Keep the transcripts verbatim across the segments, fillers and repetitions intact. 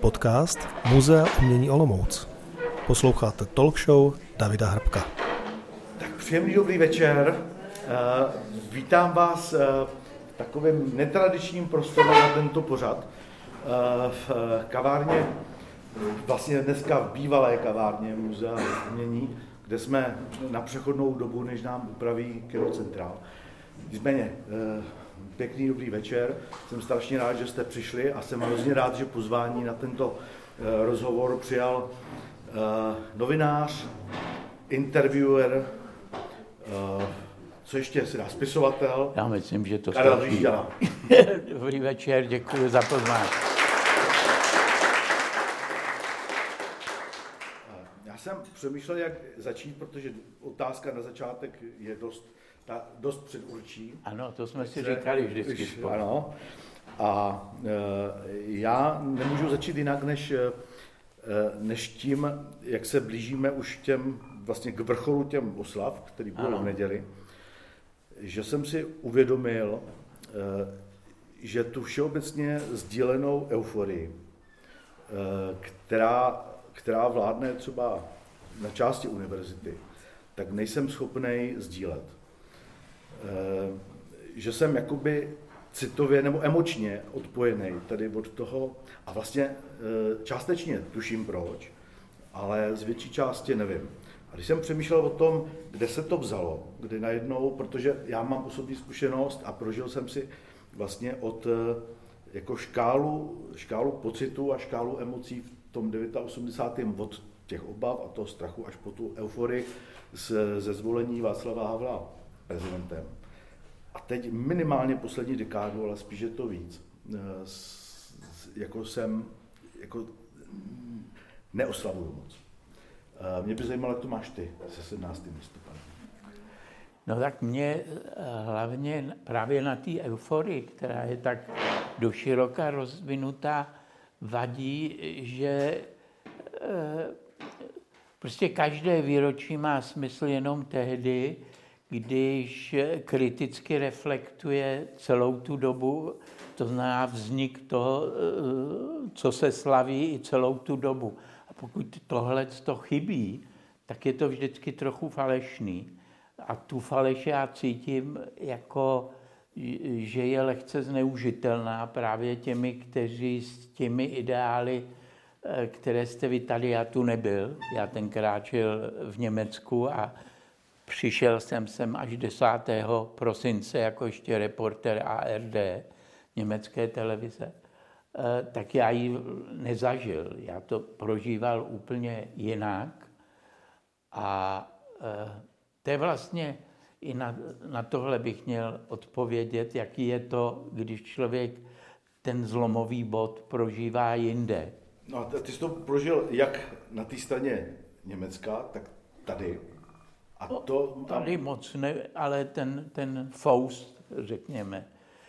podcast Muzea umění Olomouc. Posloucháte talk show Davida Hrbka. Tak příjemný dobrý večer. Vítám vás v takovém netradičním prostoru na tento pořad. V kavárně, vlastně dneska v bývalé kavárně Muzea umění, kde jsme na přechodnou dobu, než nám upraví kinocentrál. Nicméně, pěkný dobrý večer. Jsem strašně rád, že jste přišli a jsem hrozně rád, že pozvání na tento rozhovor přijal novinář, interviewer, co ještě si dá, spisovatel. Já myslím, že to Karel Řížďala. Dobrý večer, děkuji za pozvání. Já jsem přemýšlel, jak začít, protože otázka na začátek je dost, ta, dost předurčí. Ano, to jsme si říkali vždycky spolu. Ano. A e, já nemůžu začít jinak, než, e, než tím, jak se blížíme už těm, vlastně k vrcholu těm oslav, který budou v neděli, že jsem si uvědomil, e, že tu všeobecně sdílenou euforii, e, která, která vládne třeba na části univerzity, tak nejsem schopnej sdílet. E, že jsem jakoby citově nebo emočně odpojený tady od toho a vlastně e, částečně tuším proč, ale z větší části nevím. A když jsem přemýšlel o tom, kde se to vzalo, kdy najednou, protože já mám osobní zkušenost a prožil jsem si vlastně od jako škálu, škálu pocitu a škálu emocí v tom osmdesátém devátém od těch obav a toho strachu až po tu euforii ze, ze zvolení Václava Havla prezidentem. A teď minimálně poslední dekádu, ale spíš je to víc, jako jsem, jako neoslavuju moc. Mě by zajímalo, jak to máš ty se sedmnáctým listopadem. No tak mě hlavně právě na té euforii, která je tak doširoka rozvinutá, vadí, že prostě každé výročí má smysl jenom tehdy, když kriticky reflektuje celou tu dobu, to znamená vznik toho, co se slaví i celou tu dobu. A pokud tohle to chybí, tak je to vždycky trochu falešný. A tu faleš já cítím jako, že je lehce zneužitelná právě těmi, kteří s těmi ideály, které jste vy tady, já tu nebyl. Já tenkrát žil v Německu a přišel jsem sem až desátého prosince jako ještě reporter A R D, německé televize, tak já ji nezažil. Já to prožíval úplně jinak. A to je vlastně, i na, na tohle bych měl odpovědět, jaký je to, když člověk ten zlomový bod prožívá jinde. No a ty jsi to prožil jak na té straně Německa, tak tady. A to, no, tady moc ne, ale ten, ten faust, řekněme.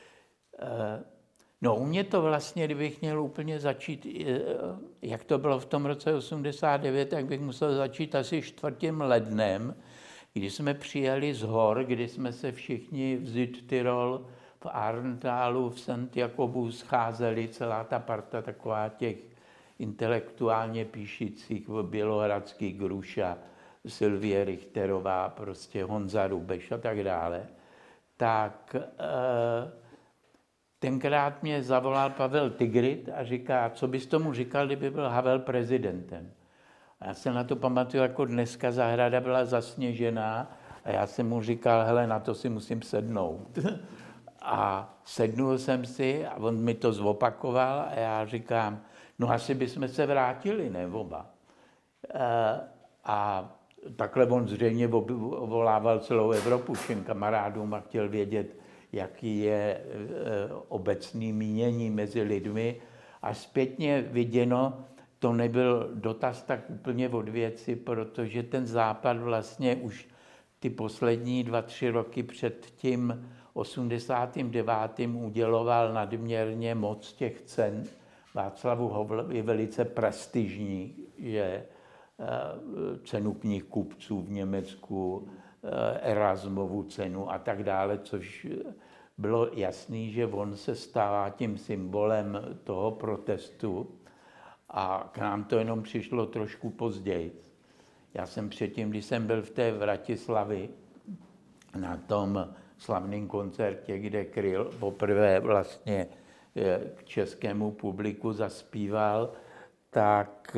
No u mě to vlastně, kdybych měl úplně začít, jak to bylo v tom roce osmdesát devět, tak bych musel začít asi čtvrtým lednem, kdy jsme přijeli z hor, kdy jsme se všichni v Südtirol, v Arntálu, v Sankt Jakobu scházeli, celá ta parta taková těch intelektuálně píšících, bělohradský Gruša, Sylvie Richterová, prostě Honza Rubeš a tak dále, tak e, tenkrát mě zavolal Pavel Tigrit a říká, co bys tomu říkal, kdyby byl Havel prezidentem. A já se na to pamatuju, jako dneska zahrada byla zasněžená a já jsem mu říkal, hele, na to si musím sednout. A sednul jsem si a on mi to zopakoval a já říkám, no asi bychom se vrátili, ne oba. E, a takhle on zřejmě volával celou Evropu všem kamarádům a chtěl vědět, jaký je obecný mínění mezi lidmi. A zpětně viděno, to nebyl dotaz tak úplně od věci, protože ten Západ vlastně už ty poslední dva, tři roky před tím osmdesátým devátým uděloval nadměrně moc těch cen. Václavu Havlovi je velice prestižní, že cenu knih kupců v Německu, Erasmovu cenu a tak dále, což bylo jasný, že on se stává tím symbolem toho protestu. A k nám to jenom přišlo trošku později. Já jsem předtím, když jsem byl v té Vratislavi, na tom slavném koncertě, kde Kryl poprvé vlastně k českému publiku zaspíval, tak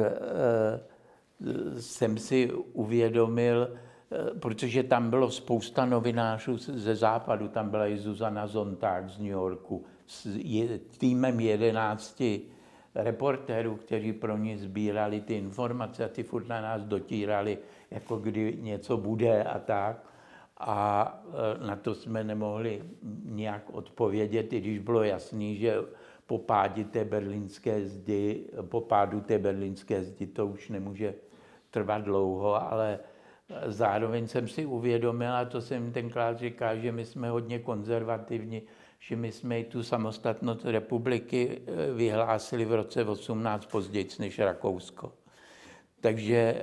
jsem si uvědomil, protože tam bylo spousta novinářů ze západu, tam byla i Zuzana Zontag z New Yorku, s týmem jedenácti reportérů, kteří pro ní sbírali ty informace a ty furt na nás dotírali, jako kdy něco bude a tak. A na to jsme nemohli nějak odpovědět, i když bylo jasný, že po pádu té berlínské zdi, po pádu té berlínské zdi to už nemůže trvat dlouho, ale zároveň jsem si uvědomil, a to jsem tenkrát říkal, že my jsme hodně konzervativní, že my jsme i tu samostatnost republiky vyhlásili v roce osmnáct později než Rakousko. Takže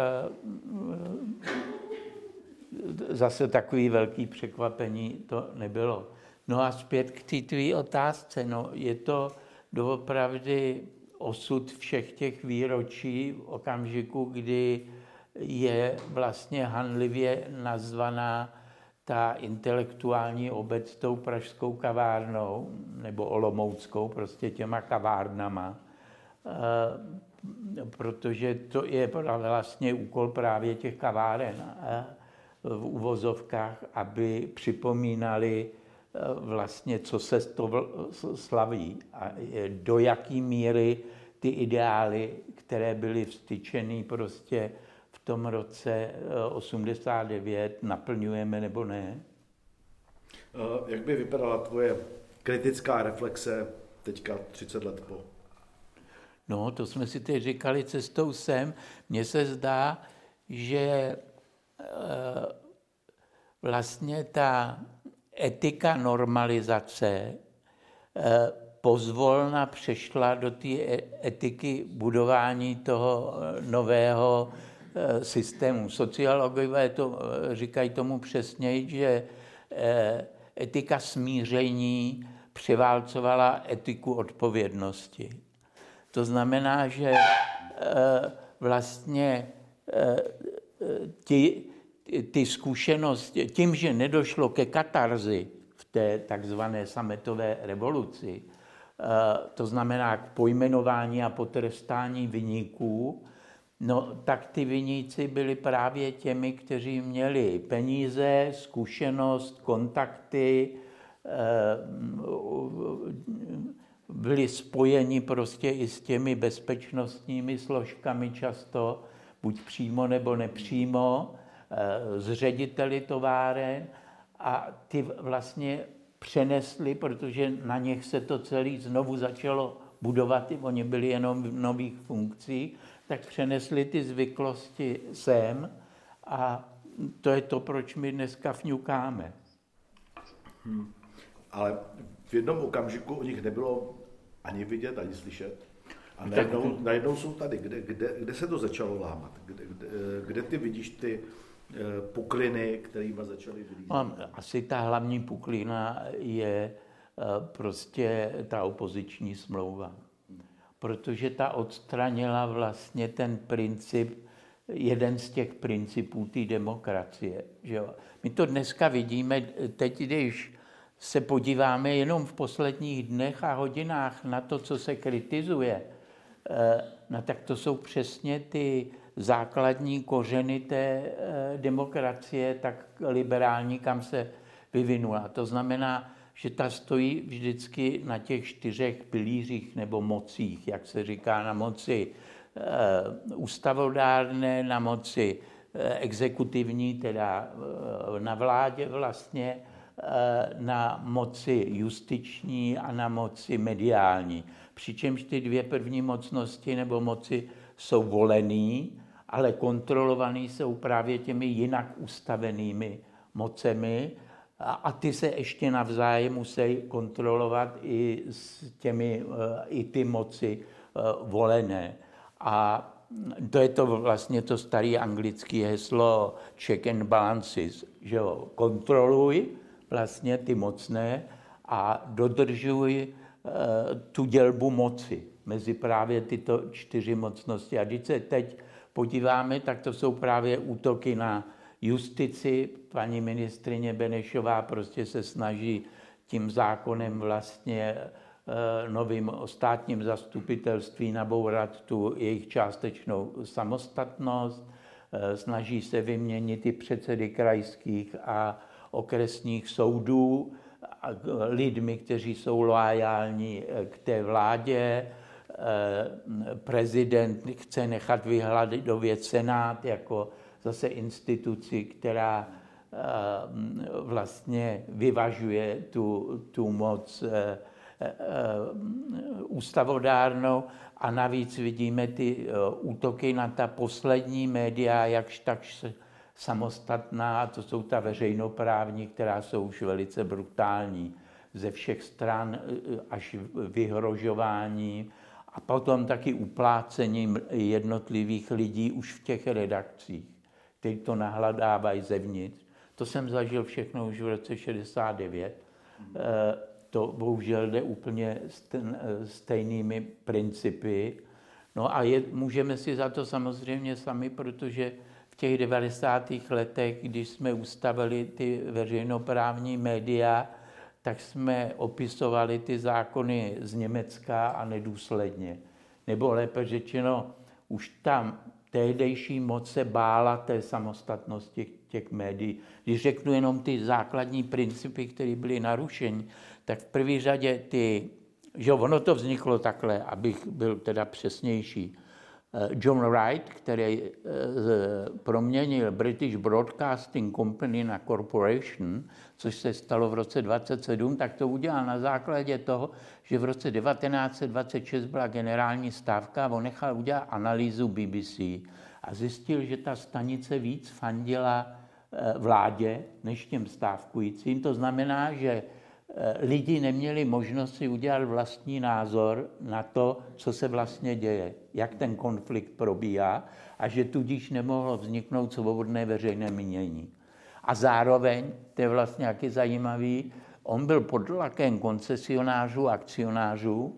zase takový velký překvapení to nebylo. No a zpět k té tvý otázce. No, je to doopravdy osud všech těch výročí v okamžiku, kdy je vlastně hanlivě nazvaná ta intelektuální obec tou pražskou kavárnou, nebo olomouckou, prostě těma kavárnama, protože to je vlastně úkol právě těch kaváren v uvozovkách, aby připomínali vlastně, co se to slaví a do jaký míry ty ideály, které byly vstyčeny prostě v tom roce osmdesát devět, naplňujeme nebo ne? Jak by vypadala tvoje kritická reflexe teďka třicet let po? No, to jsme si teď říkali cestou sem. Mně se zdá, že vlastně ta etika normalizace pozvolna přešla do té etiky budování toho nového systému. Sociologové to říkají tomu přesněji, že etika smíření převálcovala etiku odpovědnosti. To znamená, že vlastně ti, ty zkušenosti, tím, že nedošlo ke katarzi v té takzvané sametové revoluci, to znamená k pojmenování a potrestání viníků, no tak ty viníci byli právě těmi, kteří měli peníze, zkušenost, kontakty, byli spojeni prostě i s těmi bezpečnostními složkami často, buď přímo nebo nepřímo, s řediteli továren a ty vlastně přenesli, protože na něch se to celé znovu začalo budovat, oni byli jenom v nových funkcích, tak přenesli ty zvyklosti sem a to je to, proč my dneska fňukáme. Hmm. Ale v jednom okamžiku o nich nebylo ani vidět, ani slyšet. A najednou, najednou jsou tady. Kde, kde, kde se to začalo lámat? Kde, kde, kde ty vidíš ty pukliny, kterými začaly vylízat? Asi ta hlavní puklina je prostě ta opoziční smlouva. Protože ta odstranila vlastně ten princip, jeden z těch principů té demokracie. Že jo? My to dneska vidíme, teď když se podíváme jenom v posledních dnech a hodinách na to, co se kritizuje, no tak to jsou přesně ty základní kořeny té demokracie, tak liberální, kam se vyvinula. To znamená, že ta stojí vždycky na těch čtyřech pilířích nebo mocích, jak se říká, na moci ústavodárné, na moci exekutivní, teda na vládě vlastně, na moci justiční a na moci mediální. Přičemž ty dvě první mocnosti nebo moci jsou volený, ale kontrolovaný jsou právě těmi jinak ustavenými mocemi a ty se ještě navzájem musí kontrolovat i s těmi, i ty moci volené. A to je to vlastně to staré anglické heslo check and balances, že jo, kontroluj vlastně ty mocné a dodržuj tu dělbu moci. mezi právě tyto čtyři mocnosti. A když se teď podíváme, tak to jsou právě útoky na justici. Paní ministryně Benešová prostě se snaží tím zákonem vlastně novým o státním zastupitelství nabourat tu jejich částečnou samostatnost. Snaží se vyměnit i předsedy krajských a okresních soudů lidmi, kteří jsou loajální k té vládě. Prezident chce nechat vyhladovět Senát jako zase instituci, která vlastně vyvažuje tu, tu moc ústavodárnou. A navíc vidíme ty útoky na ta poslední média, jakž takž samostatná, a to jsou ta veřejnoprávní, která jsou už velice brutální ze všech stran až vyhrožování a potom taky uplácením jednotlivých lidí už v těch redakcích, kteří to nahladávají zevnitř. To jsem zažil všechno už v roce šedesát devět. To bohužel jde úplně stejnými principy. No a je, můžeme si za to samozřejmě sami, protože v těch devadesátých letech, když jsme ustavili ty veřejnoprávní média, tak jsme opisovali ty zákony z Německa a nedůsledně. Nebo lépe řečeno, už tam tehdejší moc se bála té samostatnosti těch médií. Když řeknu jenom ty základní principy, které byly narušeny, tak v první řadě ty, že ono to vzniklo takhle, abych byl teda přesnější. John Wright, který proměnil British Broadcasting Company na Corporation, což se stalo v roce dvacet sedm, tak to udělal na základě toho, že v roce devatenáct set dvacet šest byla generální stávka a on nechal udělat analýzu B B C a zjistil, že ta stanice víc fandila vládě než těm stávkujícím. To znamená, že lidi neměli možnost si udělat vlastní názor na to, co se vlastně děje, jak ten konflikt probíhá a že tudíž nemohlo vzniknout svobodné veřejné mínění. A zároveň, to je vlastně jaký zajímavý, on byl pod tlakem koncesionářů, akcionářů,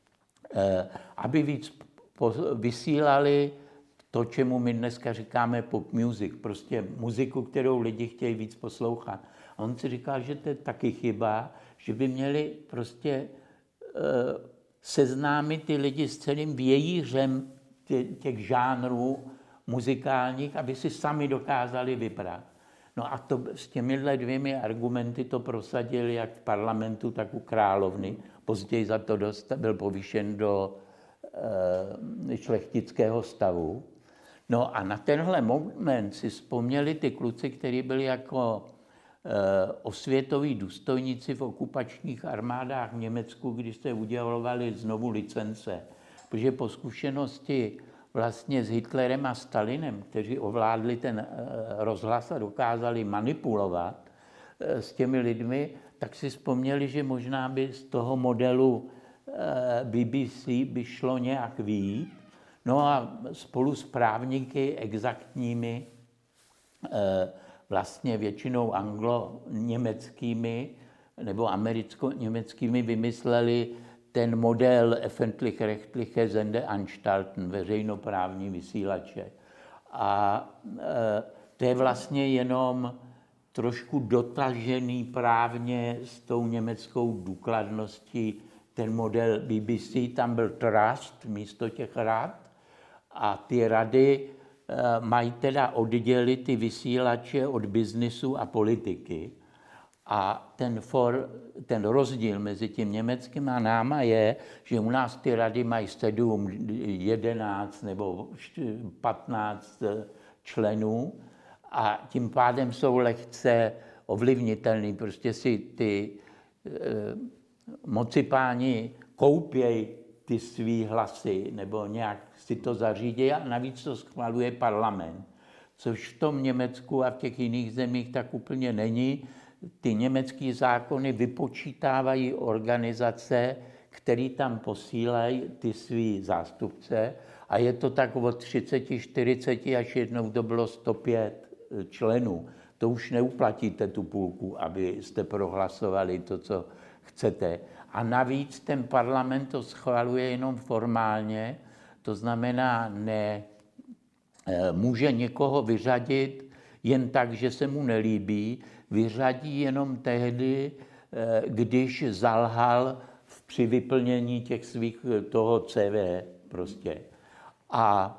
aby víc vysílali to, čemu my dneska říkáme pop music, prostě muziku, kterou lidi chtějí víc poslouchat. A on si říkal, že to je taky chyba, že by měli prostě e, seznámit ty lidi s celým vějířem těch žánrů muzikálních, aby si sami dokázali vybrat. No a to s těmihle dvěmi argumenty to prosadil jak v parlamentu, tak u královny. Později za to dost, byl povýšen do e, šlechtického stavu. No a na tenhle moment si vzpomněli ty kluci, kteří byli jako osvětoví důstojníci v okupačních armádách v Německu, když se udělovali znovu licence. Protože po zkušenosti vlastně s Hitlerem a Stalinem, kteří ovládli ten rozhlas a dokázali manipulovat s těmi lidmi, tak si vzpomněli, že možná by z toho modelu B B C by šlo nějak vyjít. No a spolu s právníky exaktními, vlastně většinou anglo-německými nebo americko-německými vymysleli ten model öffentlich-rechtliche Sendeanstalten, veřejnoprávní vysílače. A e, to je vlastně jenom trošku dotažený právně s tou německou důkladností ten model B B C, tam byl trust místo těch rad a ty rady mají teda oddělit ty vysílače od biznisu a politiky. A ten, for, ten rozdíl mezi tím německým a náma je, že u nás ty rady mají sedm, jedenáct nebo patnáct členů a tím pádem jsou lehce ovlivnitelný. Prostě si ty e, mocipáni koupějí ty svý hlasy nebo nějak si to zařídí a navíc to schvaluje parlament. Což v tom Německu a v těch jiných zemích tak úplně není. Ty německé zákony vypočítávají organizace, které tam posílají ty svý zástupce a je to tak od třicet, čtyřicet až jednou to bylo sto pět členů. To už neuplatíte tu půlku, abyste prohlasovali to, co chcete. A navíc ten parlament to schvaluje jenom formálně, to znamená, ne může někoho vyřadit jen tak, že se mu nelíbí, vyřadí jenom tehdy, když zalhal při vyplnění těch svých, toho C V prostě. A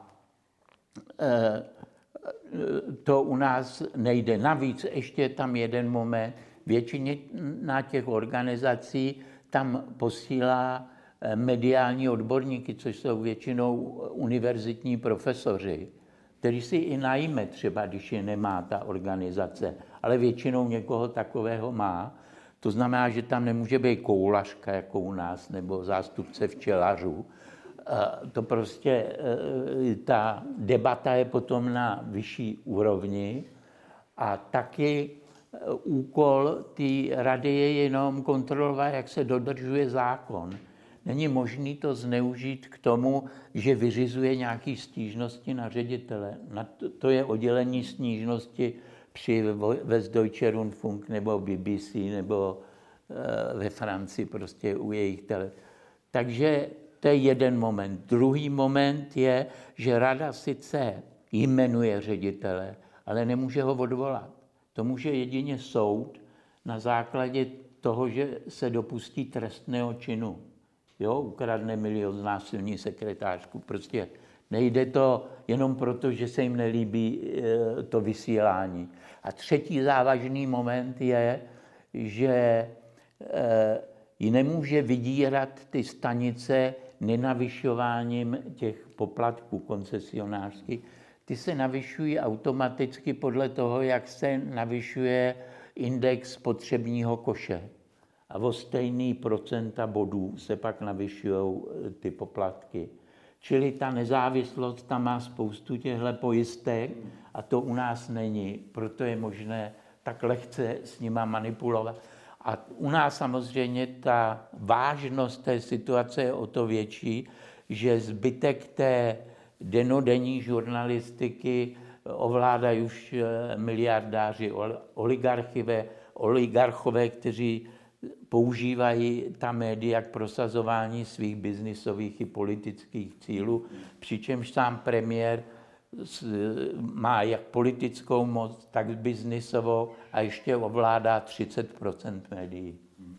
to u nás nejde. Navíc ještě je tam jeden moment, většině na těch organizací tam posílá mediální odborníky, což jsou většinou univerzitní profesoři, který si i najme třeba, když je nemá ta organizace, ale většinou někoho takového má. To znamená, že tam nemůže být koulařka jako u nás, nebo zástupce včelařů. To prostě, ta debata je potom na vyšší úrovni a taky úkol té rady je jenom kontrolovat, jak se dodržuje zákon. Není možné to zneužít k tomu, že vyřizuje nějaké stížnosti na ředitele. To je oddělení stížnosti při Westdeutsche Rundfunk nebo B B C nebo ve Francii prostě u jejich tele. Takže to je jeden moment. Druhý moment je, že rada sice jmenuje ředitele, ale nemůže ho odvolat. To může jedině soud na základě toho, že se dopustí trestného činu. Jo, ukradne milion, znásilní sekretářku. Prostě nejde to jenom proto, že se jim nelíbí to vysílání. A třetí závažný moment je, že ji nemůže vydírat ty stanice nenavyšováním těch poplatků koncesionářských. Ty se navyšují automaticky podle toho, jak se navyšuje index spotřebního koše. A o stejný procenta bodů se pak navyšují ty poplatky. Čili ta nezávislost tam má spoustu těchto pojistek a to u nás není. Proto je možné tak lehce s nima manipulovat. A u nás samozřejmě ta vážnost té situace je o to větší, že zbytek té denodenní žurnalistiky ovládají už miliardáři, oligarchové, oligarchové, kteří používají ta média k prosazování svých biznisových i politických cílů, přičemž sám premiér má jak politickou moc, tak biznisovou a ještě ovládá třicet procent médií.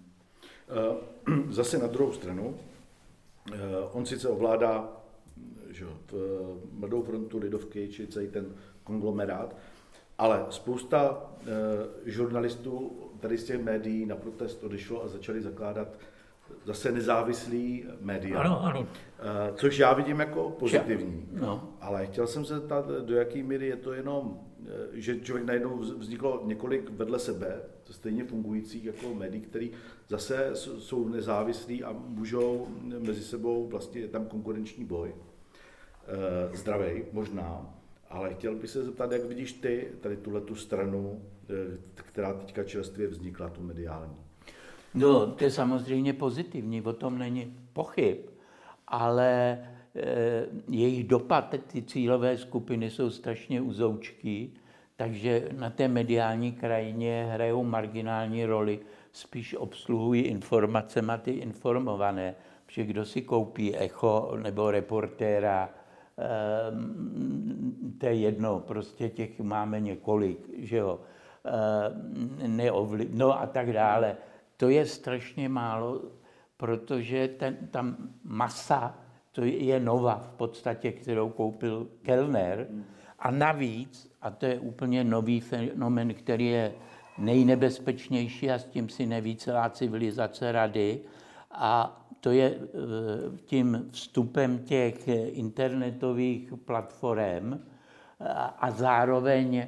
Zase na druhou stranu, on sice ovládá že, Mladou frontu, Lidovky, či celý ten konglomerát, ale spousta žurnalistů tady z těch médií na protest odešlo a začali zakládat zase nezávislý média. Ano, ano. Což já vidím jako pozitivní. No. Ale chtěl jsem se zeptat, do jaké míry je to jenom, že člověk najednou vzniklo několik vedle sebe, stejně fungujících jako médií, které zase jsou nezávislí a můžou mezi sebou, vlastně je tam konkurenční boj. Zdravej, možná. Ale chtěl bych se zeptat, jak vidíš ty tady tuhletu stranu, která teďka čerstvě vznikla, tu mediální. No, to je samozřejmě pozitivní, o tom není pochyb, ale e, jejich dopad, ty cílové skupiny jsou strašně uzoučký, takže na té mediální krajině hrajou marginální roli, spíš obsluhují informacemi ty informované, protože kdo si koupí Echo nebo Reportéra, e, to je jedno, prostě těch máme několik, že jo, e, neovli- no a tak dále. To je strašně málo, protože ten, ta masa, to je Nova v podstatě, kterou koupil Kellner. A navíc, a to je úplně nový fenomén, který je nejnebezpečnější a s tím si neví celá civilizace rady, a to je tím vstupem těch internetových platform a zároveň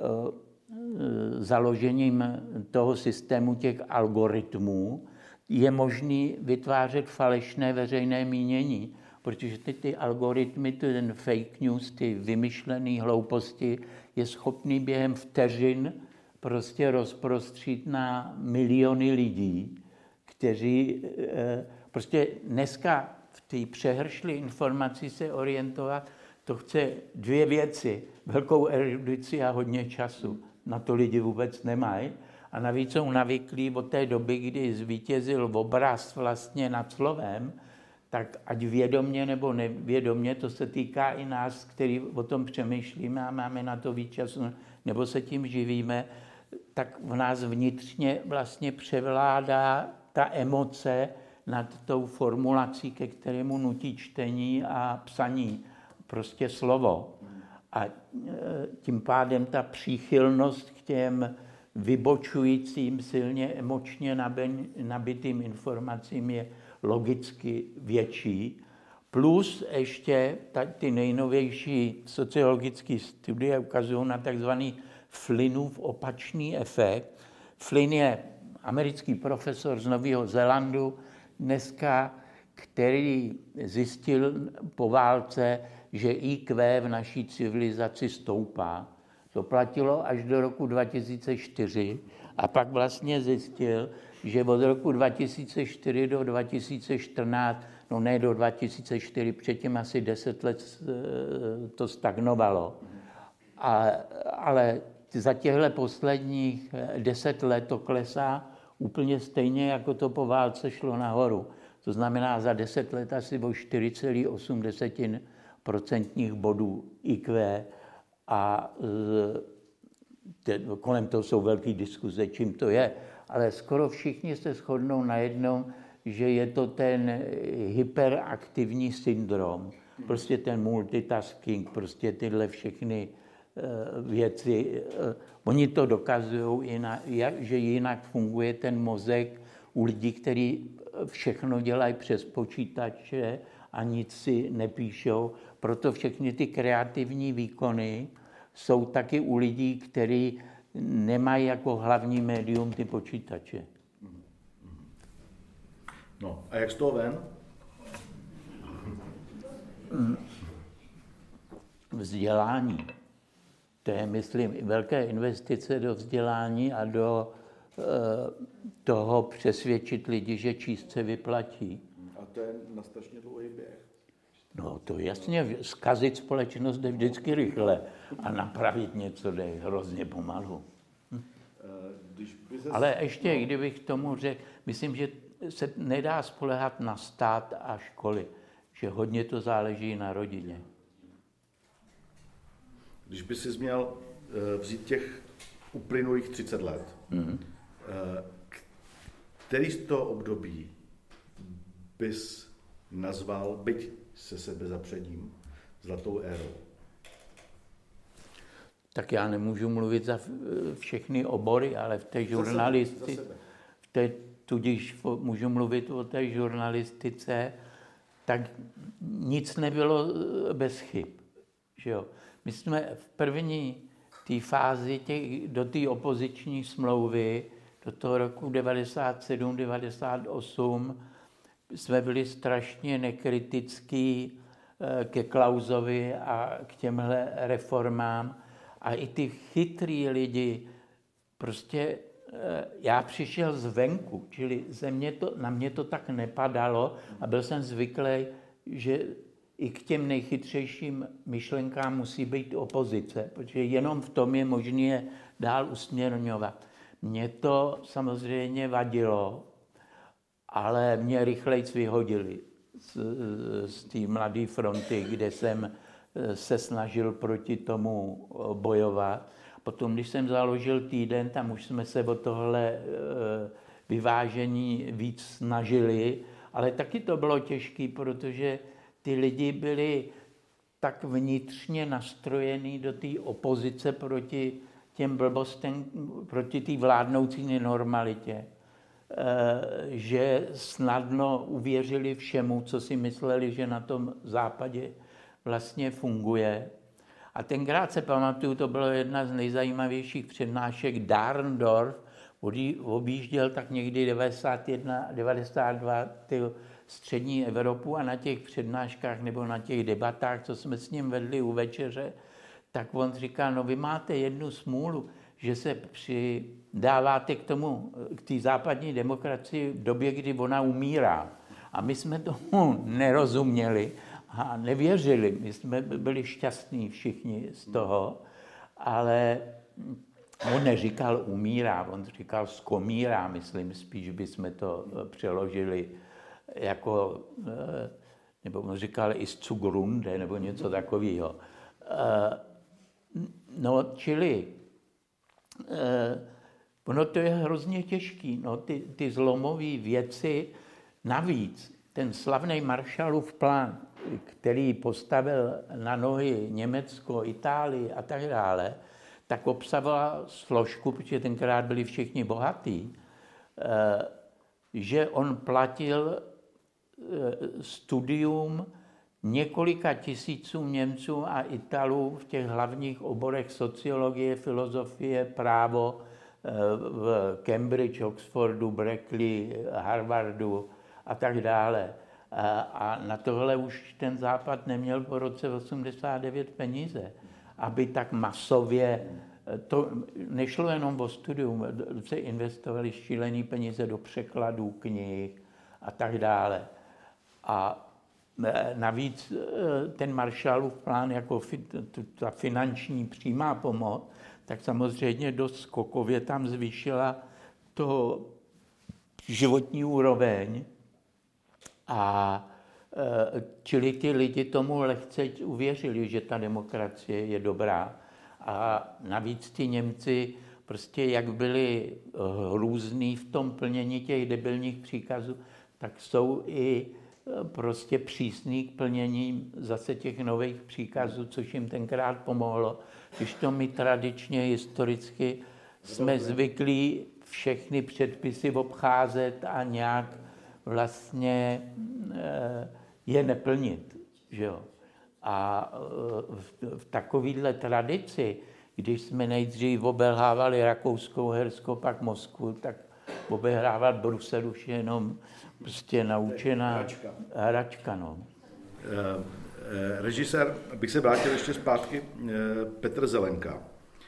založením toho systému těch algoritmů je možný vytvářet falešné veřejné mínění, protože ty, ty algoritmy, ten fake news, ty vymyšlené hlouposti je schopný během vteřin prostě rozprostřít na miliony lidí, kteří prostě dneska v té přehršli informací se orientovat, to chce dvě věci, velkou erudici a hodně času. Na to lidi vůbec nemají. A navíc jsou navyklí od té doby, kdy zvítězil obraz vlastně nad slovem, tak ať vědomně nebo nevědomně, to se týká i nás, který o tom přemýšlíme a máme na to víc času, nebo se tím živíme, tak v nás vnitřně vlastně převládá ta emoce nad tou formulací, ke kterému nutí čtení a psaní, prostě slovo. A tím pádem ta příchylnost k těm vybočujícím, silně emočně nabitým informacím je logicky větší. Plus ještě ta, ty nejnovější sociologické studie ukazují na takzvaný Flynnův opačný efekt. Flynn je americký profesor z Nového Zélandu dneska, který zjistil po válce, že í kvé v naší civilizaci stoupá. To platilo až do roku dva tisíce čtyři a pak vlastně zjistil, že od roku dva tisíce čtyři do dva tisíce čtrnáct, no ne do dva tisíce čtyři, předtím asi deset let to stagnovalo. A, ale za těchto posledních deset let to klesá úplně stejně, jako to po válce šlo nahoru. To znamená za deset let asi o čtyři celá osm procentních bodů í kvé a te, kolem toho jsou velké diskuze, čím to je. Ale skoro všichni se shodnou na jednom, že je to ten hyperaktivní syndrom. Prostě ten multitasking, prostě tyhle všechny uh, věci. Uh, oni to dokazují, že jinak funguje ten mozek u lidí, kteří všechno dělají přes počítače a nic si nepíšou. Proto všechny ty kreativní výkony jsou taky u lidí, kteří nemají jako hlavní médium ty počítače. No, a jak z toho ven? Vzdělání. To je, myslím, velké investice do vzdělání a do e, toho přesvědčit lidi, že číst se vyplatí. A to je na strašně dlouhý běh. No to jasně, zkazit společnost jde vždycky rychle a napravit něco jde hrozně pomalu. Hm. Ale ještě, kdybych tomu řekl, myslím, že se nedá spoléhat na stát a školy, že hodně to záleží na rodině. Když by si měl vzít těch uplynulých třicet let, mm-hmm. který z toho období bys nazval, byť se sebe zapředím, zlatou érou? Tak já nemůžu mluvit za všechny obory, ale v té žurnalistice, v té, tudíž můžu mluvit o té žurnalistice, tak nic nebylo bez chyb. Že jo? My jsme v první té fázi těch, do té opoziční smlouvy, do toho roku devadesát sedm devadesát osm, jsme byli strašně nekritický ke Klausovi a k těmhle reformám. A i ty chytrý lidi, prostě já přišel zvenku, čili ze mě to, na mě to tak nepadalo a byl jsem zvyklý, že i k těm nejchytřejším myšlenkám musí být opozice, protože jenom v tom je možné je dál usměrňovat. Mně to samozřejmě vadilo, ale mě rychlejc vyhodili z, z té Mladé fronty, kde jsem se snažil proti tomu bojovat. Potom, když jsem založil Týden, tam už jsme se o tohle vyvážení víc snažili, ale taky to bylo těžké, protože ty lidi byli tak vnitřně nastrojení do té opozice proti těm blbostem, proti té vládnoucí nenormalitě, že snadno uvěřili všemu, co si mysleli, že na tom západě vlastně funguje. A tenkrát se pamatuju, to byla jedna z nejzajímavějších přednášek. Dahrendorf objížděl tak někdy devadesát jedna devadesát dva ty střední Evropu a na těch přednáškách nebo na těch debatách, co jsme s ním vedli u večeře, tak on říká, no vy máte jednu smůlu, že se přidáváte k tomu, k té západní demokracii v době, kdy ona umírá. A my jsme tomu nerozuměli a nevěřili. My jsme byli šťastní všichni z toho, ale On neříkal umírá, on říkal skomírá, myslím, spíš bychom to přeložili jako, nebo on říkal ist zu Grunde, nebo něco takového. No, čili ono to je hrozně těžký, no, ty, ty zlomové věci. Navíc ten slavný Marshallův plán, který postavil na nohy Německo, Itálii a tak dále, tak obsahovala složku, protože tenkrát byli všichni bohatí, že on platil studium několika tisícům Němců a Italů v těch hlavních oborech sociologie, filozofie, právo v Cambridge, Oxfordu, Berkeley, Harvardu a tak dále. A na tohle už ten Západ neměl po roce osmdesát devět peníze, aby tak masově, to nešlo jenom o studium, se investovali šílený peníze do překladů knih a tak dále. A navíc ten Marshallův plán jako ta finanční přímá pomoc, tak samozřejmě dost skokově tam zvýšila to životní úroveň. A čili ty lidi tomu lehce uvěřili, že ta demokracie je dobrá. A navíc ty Němci prostě jak byli hrůzný v tom plnění těch debilních příkazů, tak jsou i prostě přísný k plnění zase těch nových příkazů, což jim tenkrát pomohlo. Když to my tradičně, historicky jsme zvyklí všechny předpisy obcházet a nějak vlastně je neplnit. Že jo? A v takovéhle tradici, když jsme nejdřív obelhávali Rakousko-Uhersko, pak Moskvu, tak obehrávat Brusel už je jenom prostě naučená hračka. hračka no. E, režisér, abych se vrátil ještě zpátky, Petr Zelenka.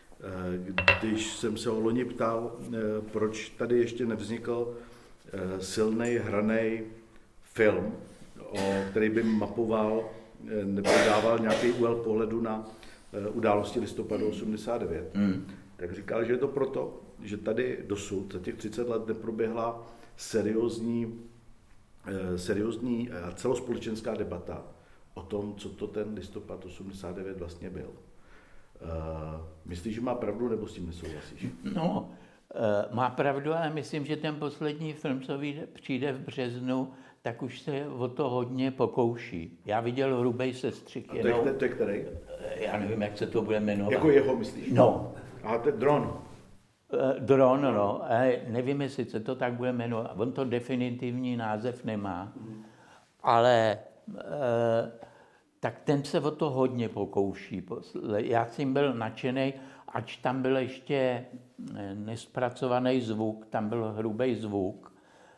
Když jsem se o loni ptal, proč tady ještě nevznikl silnej, hranej film, který by mapoval nebo dával nějaký úhel pohledu na události listopadu osmdesát devět, mm. tak říkal, že je to proto, že tady dosud za těch třicet let neproběhla seriózní, seriózní celospolečenská debata o tom, co to ten listopad osmdesát devět vlastně byl. Myslíš, že má pravdu, nebo s tím nesouhlasíš? No, má pravdu, ale myslím, že ten poslední film, co přijde v březnu, tak už se o to hodně pokouší. Já viděl Hrubej sestřih. A to je, to je který? Já nevím, jak se to bude jmenovat. Jako jeho, myslíš? No. A to je Dron. Dron, no. Ale nevím, jestli se to tak bude jmenovat. On to definitivní název nemá. Ale tak ten se o to hodně pokouší. Já jsem byl nadšený, ač tam byl ještě nespracovaný zvuk, tam byl hrubý zvuk,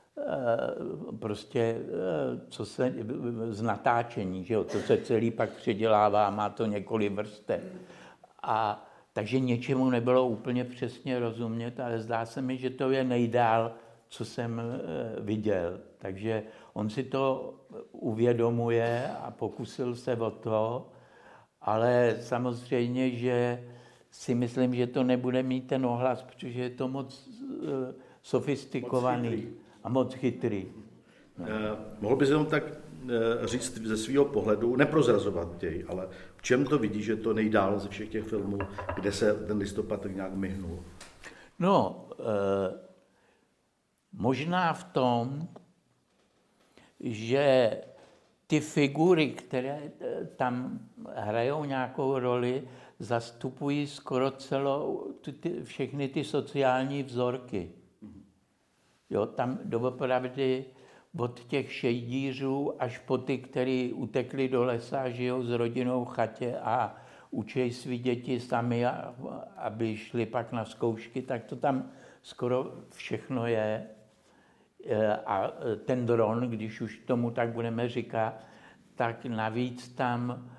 prostě co se z natáčení, že jo, to se celý pak předělává, má to několik vrstev. A takže něčemu nebylo úplně přesně rozumět, ale zdá se mi, že to je nejdál, co jsem viděl. Takže on si to uvědomuje a pokusil se o to, ale samozřejmě, že si myslím, že to nebude mít ten ohlas, protože je to moc sofistikovaný. Moc a moc chytrý. No. Eh, mohl bys jenom tak eh, říct ze svého pohledu, neprozrazovat děj, ale v čem to vidíš, že to nejdál ze všech těch filmů, kde se ten listopad tak nějak myhnul? No, eh, možná v tom, že ty figury, které tam hrajou nějakou roli, zastupují skoro celou, ty, všechny ty sociální vzorky. Jo, tam doopravdy od těch šejdířů až po ty, kteří utekli do lesa, žijou s rodinou v chatě a učí svý děti sami, aby šli pak na zkoušky, tak to tam skoro všechno je. A ten Dron, když už tomu tak budeme říkat, tak navíc tam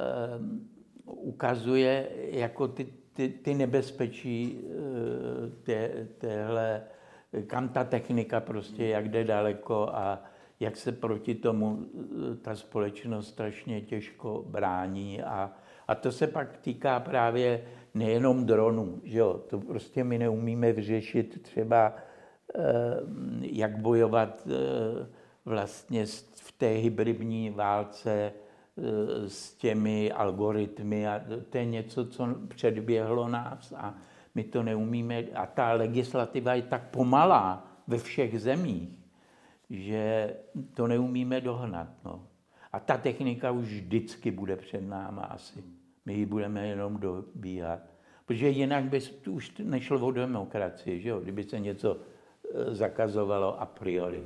ukazuje jako ty, ty, ty nebezpečí té, téhle, kam ta technika prostě, jak jde daleko a jak se proti tomu ta společnost strašně těžko brání. A, a to se pak týká právě nejenom dronů, že jo, to prostě my neumíme vyřešit třeba, jak bojovat vlastně v té hybridní válce s těmi algoritmy a to je něco, co předběhlo nás a my to neumíme a ta legislativa je tak pomalá ve všech zemích, že to neumíme dohnat. No. A ta technika už vždycky bude před náma asi. My ji budeme jenom dobíhat. Protože jinak by už nešlo o demokracii, že jo? Kdyby se něco zakazovalo a priori.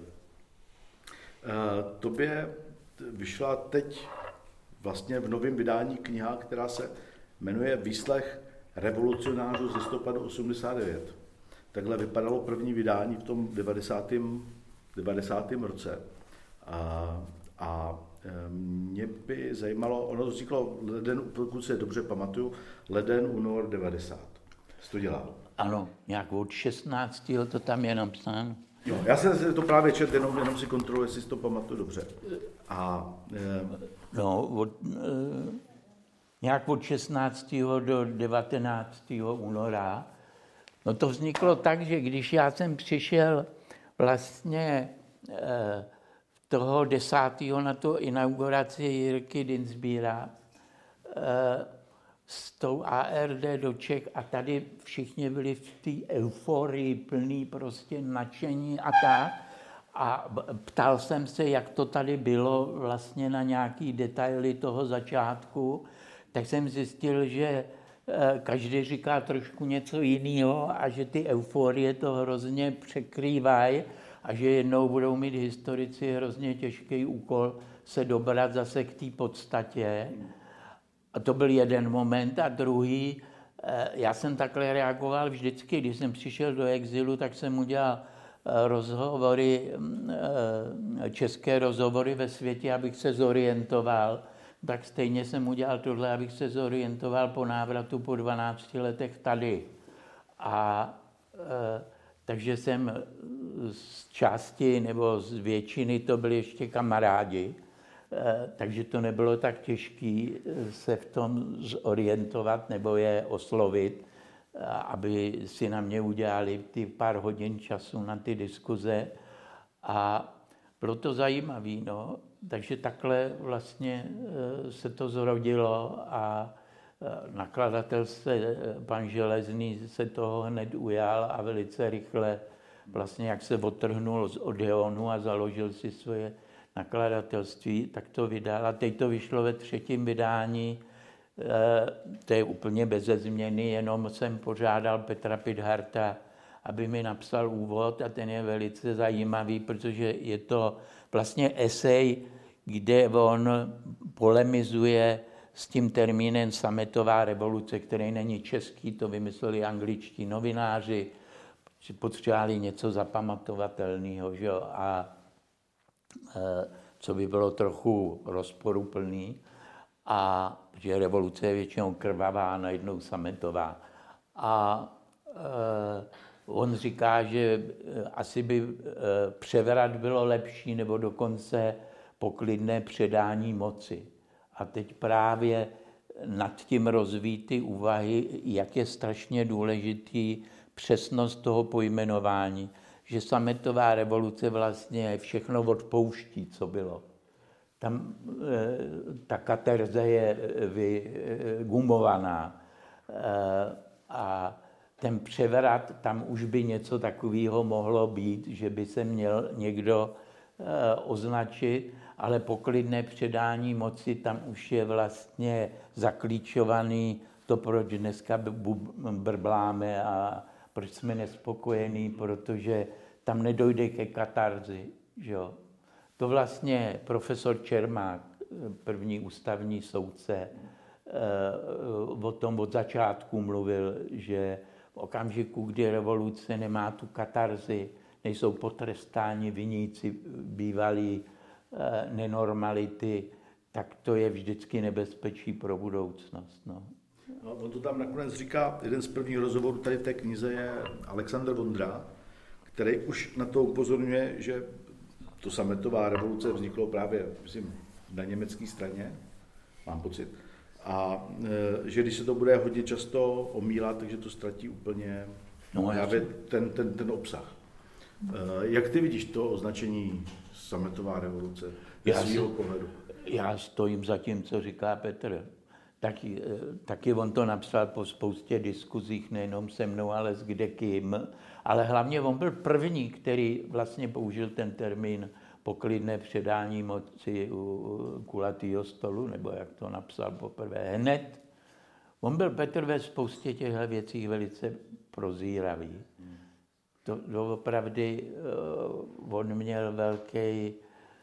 Tobě vyšla teď vlastně v novém vydání kniha, která se jmenuje Výslech revolucionářů z listopadu osmdesát devět. Takhle vypadalo první vydání v tom devadesátém roce. A, a mě by zajímalo, ono vzniklo leden, pokud se dobře pamatuju, leden, únor devadesát. Jsi to dělal? Ano, nějak od šestnáctého to tam je napsáno. Jo, já jsem to právě četl, jenom, jenom si kontroluji, jestli si to pamatuju dobře. A, e... No, od, e, nějak od šestnáctého do devatenáctého února. No to vzniklo tak, že když já jsem přišel vlastně e, toho desátého na tu inauguraci Jirky Dienstbiera e, s tou A R D do Čech a tady všichni byli v té euforii, plný prostě nadšení a tak. A ptal jsem se, jak to tady bylo vlastně na nějaký detaily toho začátku, tak jsem zjistil, že každý říká trošku něco jiného a že ty euforie to hrozně překrývají a že jednou budou mít historici hrozně těžký úkol se dobrat zase k té podstatě. A to byl jeden moment a druhý, já jsem takhle reagoval vždycky, když jsem přišel do exilu, tak jsem udělal rozhovory, české rozhovory ve světě, abych se zorientoval. Tak stejně jsem udělal tohle, abych se zorientoval po návratu po dvanácti letech tady. A takže jsem z části nebo z většiny to byli ještě kamarádi, takže to nebylo tak těžké se v tom zorientovat nebo je oslovit, aby si na mě udělali ty pár hodin času na ty diskuze. A bylo to zajímavé, no. Takže takhle vlastně se to zrodilo a nakladatel se, pan Železný se toho hned ujal a velice rychle vlastně jak se odtrhnul z Odeonu a založil si svoje nakladatelství, tak to vydal. A teď to vyšlo ve třetím vydání, to je úplně beze změny, jenom jsem požádal Petra Pidharta, aby mi napsal úvod a ten je velice zajímavý, protože je to vlastně esej, kde on polemizuje s tím termínem sametová revoluce, který není český, to vymysleli angličtí novináři, že potřebovali něco zapamatovatelného, že jo, a e, co by bylo trochu rozporuplný, a že revoluce je většinou krvavá, najednou sametová. A e, on říká, že asi by e, převrat bylo lepší, nebo dokonce poklidné předání moci. A teď právě nad tím rozvíjí ty úvahy, jak je strašně důležitý přesnost toho pojmenování, že sametová revoluce vlastně všechno odpouští, co bylo. Tam e, ta katerze je vygumovaná e, a ten převrat, tam už by něco takového mohlo být, že by se měl někdo e, označit, ale poklidné předání moci, tam už je vlastně zaklíčovaný to, proč dneska brbláme a proč jsme nespokojení, protože tam nedojde ke katarzi. Že jo? To vlastně profesor Čermák, první ústavní soudce, o tom od začátku mluvil, že v okamžiku, kdy revoluce nemá tu katarzi, nejsou potrestáni viníci bývalí nenormality, tak to je vždycky nebezpečí pro budoucnost. No. No, on to tam nakonec říká, jeden z prvních rozhovorů tady v té knize je Alexandr Vondra, který už na to upozorňuje, že to sametová revoluce vzniklo právě, myslím, na německé straně, mám pocit. A že když se to bude hodně často omílat, takže to ztratí úplně no, ten, ten, ten obsah. Jak ty vidíš to označení sametová revoluce ze svého pohledu? Já stojím za tím, co říká Petr. Taky, taky on to napsal po spoustě diskuzích, nejenom se mnou, ale s kdekým. Ale hlavně on byl první, který vlastně použil ten termín poklidné předání moci u kulatýho stolu, nebo jak to napsal poprvé hned. On byl Petr ve spoustě těchto věcí velice prozíravý. To, to opravdu on měl velký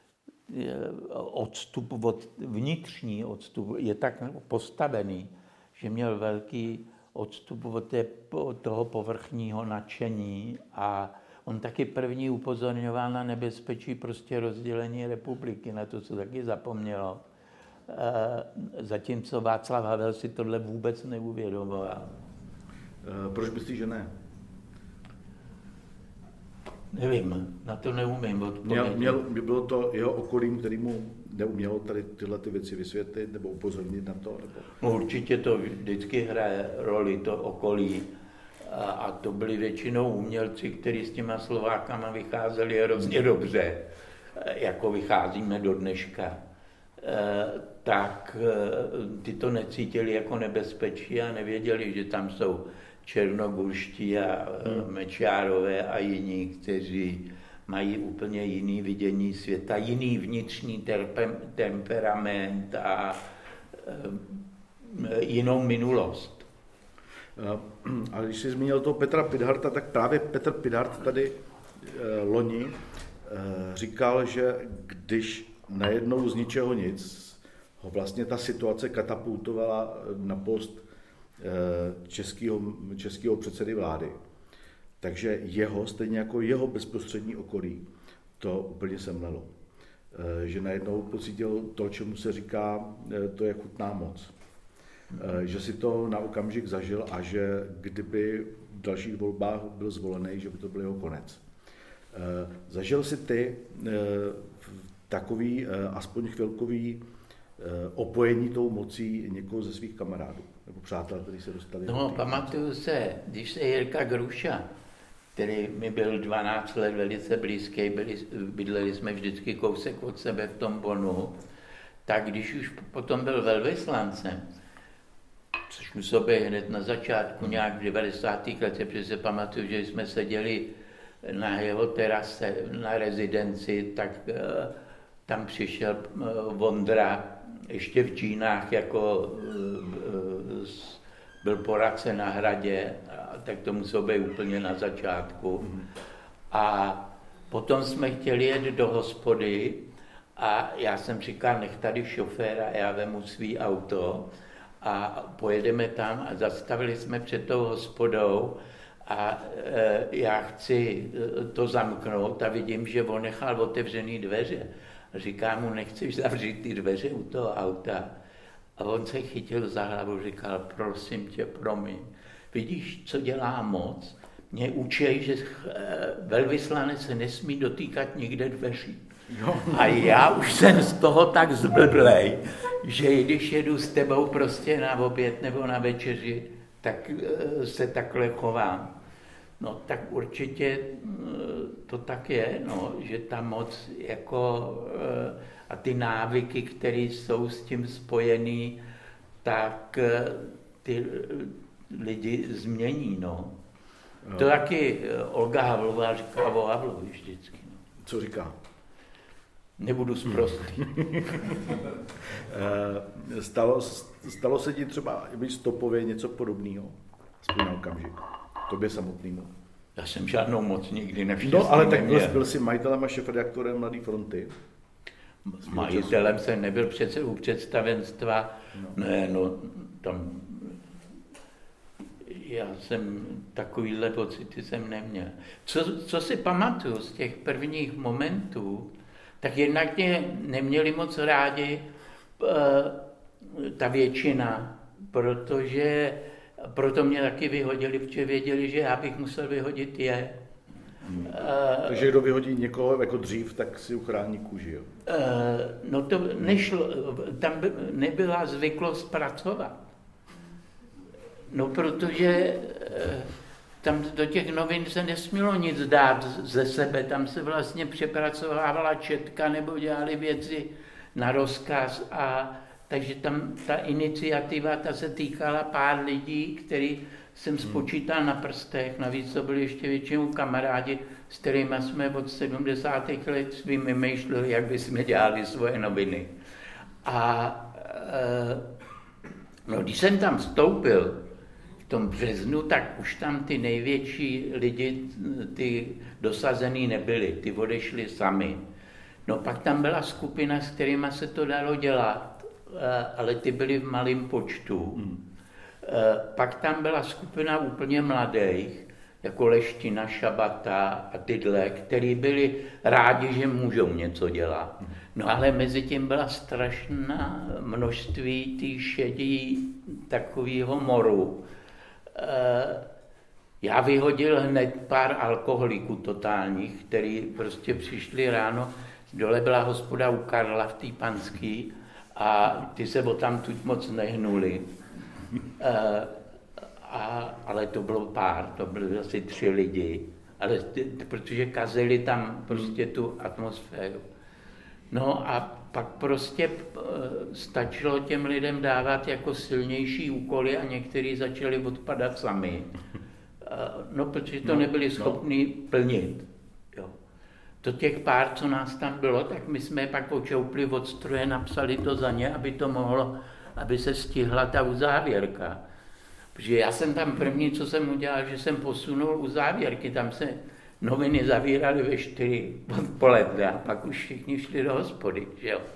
odstup, od, vnitřní odstup, je tak postavený, že měl velký odstup od, té, od toho povrchního nadšení a on taky první upozorňoval na nebezpečí prostě rozdělení republiky, na to se taky zapomnělo. Zatímco Václav Havel si tohle vůbec neuvědomoval. Proč myslíš, že ne? Nevím, na to neumím odpovědět. Měl, měl, bylo to jeho okolím, který mu neumělo tady tyhle ty věci vysvětlit nebo upozornit na to? Nebo... No, určitě to vždycky hraje roli to okolí. A, a to byli většinou umělci, kteří s těma Slovákama vycházeli hrozně dobře, jako vycházíme do dneška. E, tak e, ty to necítili jako nebezpečí a nevěděli, že tam jsou černogurští a hmm. Mečiárové a jiní, kteří mají úplně jiný vidění světa, jiný vnitřní terpe, temperament a e, jinou minulost. Ale když jsi zmínil toho Petra Pidharta, tak právě Petr Pidhart tady e, loni e, říkal, že když najednou z ničeho nic ho vlastně ta situace katapultovala na post českého, českého předsedy vlády. Takže jeho, stejně jako jeho bezprostřední okolí, to úplně semlelo. Že najednou pocítil to, čemu se říká, to je chutná moc. Že si to na okamžik zažil a že kdyby v dalších volbách byl zvolený, že by to byl jeho konec. Zažil si ty takový, aspoň chvilkový opojení tou mocí někoho ze svých kamarádů nebo přátel, kteří se dostali. No, pamatuju se, když se Jirka Gruša, který mi byl dvanáct let velice blízký, byli, bydleli jsme vždycky kousek od sebe v tom Bonu, tak když už potom byl velvyslancem, což muselo být hned na začátku, nějak v devadesátých letech, protože se pamatuju, že jsme seděli na jeho terase, na rezidenci, tak uh, tam přišel uh, Vondra, ještě v džínách, jako uh, byl poradce na Hradě, a tak to muselo být úplně na začátku. A potom jsme chtěli jet do hospody a já jsem říkal, nech tady šoféra, já vemu svý auto a pojedeme tam a zastavili jsme před tou hospodou a e, já chci to zamknout a vidím, že on nechal otevřený dveře. Říkám mu, nechceš zavřít ty dveře u toho auta? A on se chytil za hlavu, říkal, prosím tě, promiň. Vidíš, co dělá moc? Mě učí, že velvyslanec se nesmí dotýkat nikde dveří. A já už jsem z toho tak zblblej, že když jedu s tebou prostě na oběd nebo na večeři, tak se takhle chovám. No tak určitě to tak je, no, že ta moc jako a ty návyky, které jsou s tím spojený, tak ty lidi změní, no. no. To taky Olga Havlová říká o Havlovi vždycky. No. Co říká? Nebudu sprostý. stalo, stalo se ti třeba stopově něco podobného? Aspoň na okamžik. Tobě samotnému. Já jsem žádnou moc nikdy nevštěstný No, ale tak byl, byl jsi majitelem a šéfredaktorem Mladé fronty. Majitelem jsem nebyl přece u představenstva. No. Ne, no, tam... Já jsem takovýhle pocity jsem neměl. Co, co si pamatuju z těch prvních momentů, tak jednak mě neměli moc rádi uh, ta většina, protože proto mě taky vyhodili, protože věděli, že já bych musel vyhodit je. Hmm. Uh, Takže kdo vyhodí někoho jako dřív, tak si uchrání kůži, jo? Uh, no to nešlo, tam by nebyla zvyklost pracovat. No protože uh, tam do těch novin se nesmělo nic dát ze sebe, tam se vlastně přepracovávala četka nebo dělali věci na rozkaz a takže tam ta iniciativa, ta se týkala pár lidí, který jsem spočítal na prstech, navíc to byli ještě většinou kamarádi, s kterými jsme od sedmdesátých let svým vymýšleli, jak bychom dělali svoje noviny. A no, když jsem tam vstoupil v tom březnu, tak už tam ty největší lidi, ty dosazený nebyli, ty odešli sami. No pak tam byla skupina, s kterými se to dalo dělat, ale ty byly v malém počtu. Hmm. Pak tam byla skupina úplně mladých, jako Leština, Šabata a tyhle, který byli rádi, že můžou něco dělat. No ale mezi tím byla strašná množství tý šedí takového moru. Já vyhodil hned pár alkoholiků totálních, který prostě přišli ráno, dole byla hospoda u Karla v té Panský a ty se o tam tuď moc nehnuli. Uh, a, ale to bylo pár, to byly asi tři lidi, ale ty, protože kazili tam prostě tu atmosféru. No a pak prostě uh, stačilo těm lidem dávat jako silnější úkoly a někteří začali odpadat sami. Uh, no, protože to no, nebyli schopni no. plnit. Jo. To těch pár, co nás tam bylo, tak my jsme je pak očoupli od stroje, napsali to za ně, aby to mohlo, aby se stihla ta uzávěrka. Protože já jsem tam první, co jsem udělal, že jsem posunul uzávěrky, tam se noviny zavíraly ve čtyři odpoledne a pak už všichni šli do hospody, že jo.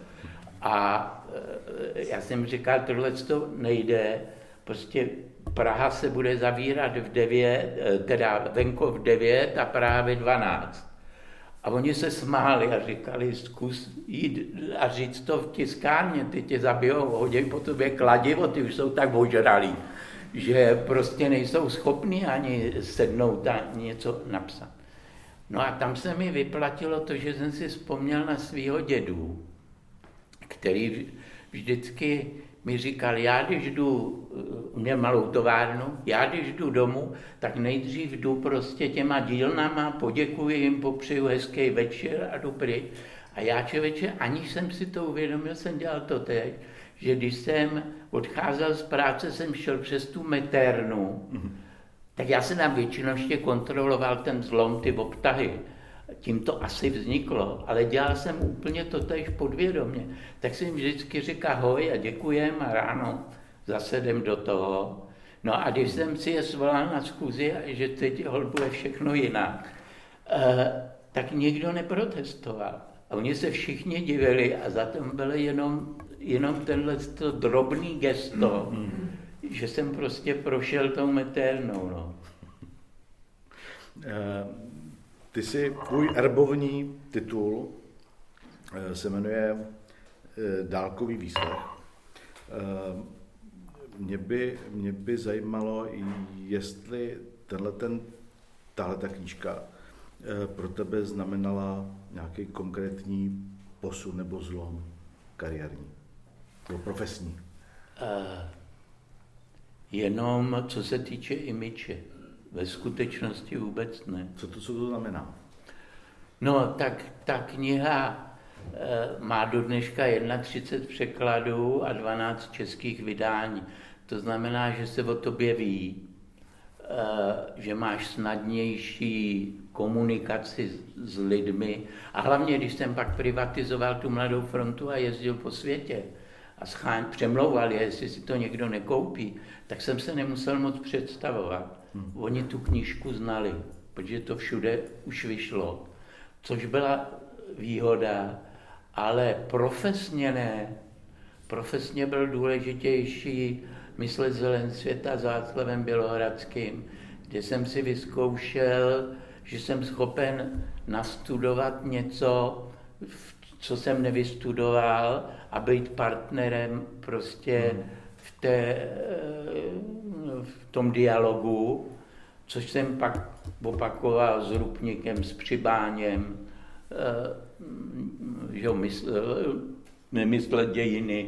A e, já jsem říkal, tohle to nejde, prostě Praha se bude zavírat v devět, teda venkov v devět a Praha ve dvanáct. A oni se smáli a říkali, zkus jít a říct to v tiskárně, ty tě zabijou, hodí po tobě kladivo, ty už jsou tak ožralí, že prostě nejsou schopni ani sednout a něco napsat. No a tam se mi vyplatilo to, že jsem si vzpomněl na svýho dědu, který vždycky mi říkal, já když jdu, měl malou továrnu, já když jdu domů, tak nejdřív jdu prostě těma dílnama, poděkuji jim, popřeju hezký večer a jdu pryč. A já člověče, aniž jsem si to uvědomil, jsem dělal to teď, že když jsem odcházel z práce, jsem šel přes tu metérnu, mm-hmm. tak já jsem tam většinou ještě kontroloval ten zlom, ty obtahy. Tím to asi vzniklo, ale dělal jsem úplně totéž podvědomě. Tak jsem vždycky říkal ahoj a děkujem a ráno zase jdem do toho. No a když jsem si je svolal na schůzi, že teď hol bude všechno jinak, eh, tak nikdo neprotestoval. A oni se všichni divili a za tom bylo jenom, jenom tenhle to drobný gesto, mm-hmm. že jsem prostě prošel tou metérnou. No. Uh... Ty si, tvůj erbovní titul se jmenuje Dálkový výslech. Mě by, mě by zajímalo, jestli tenhle ten, tahle ta knížka pro tebe znamenala nějaký konkrétní posun nebo zlom kariérní nebo profesní. Uh, jenom co se týče imidže. Ve skutečnosti vůbec ne. Co to, co to znamená? No, tak ta kniha e, má do dneška třicet jedna překladů a dvanáct českých vydání. To znamená, že se o tobě ví, e, že máš snadnější komunikaci s, s lidmi. A hlavně, když jsem pak privatizoval tu Mladou frontu a jezdil po světě a scháň, přemlouval je, jestli si to někdo nekoupí, tak jsem se nemusel moc představovat. Hmm. Oni tu knížku znali, protože to všude už vyšlo, což byla výhoda, ale profesně ne. Profesně byl důležitější Myslet zelen světa s Václavem Bělohradským, kde jsem si vyzkoušel, že jsem schopen nastudovat něco, co jsem nevystudoval a být partnerem prostě hmm. v té v tom dialogu, což jsem pak opakoval s Rupnikem, s Přibáněm, že myslel, nemyslet dějiny.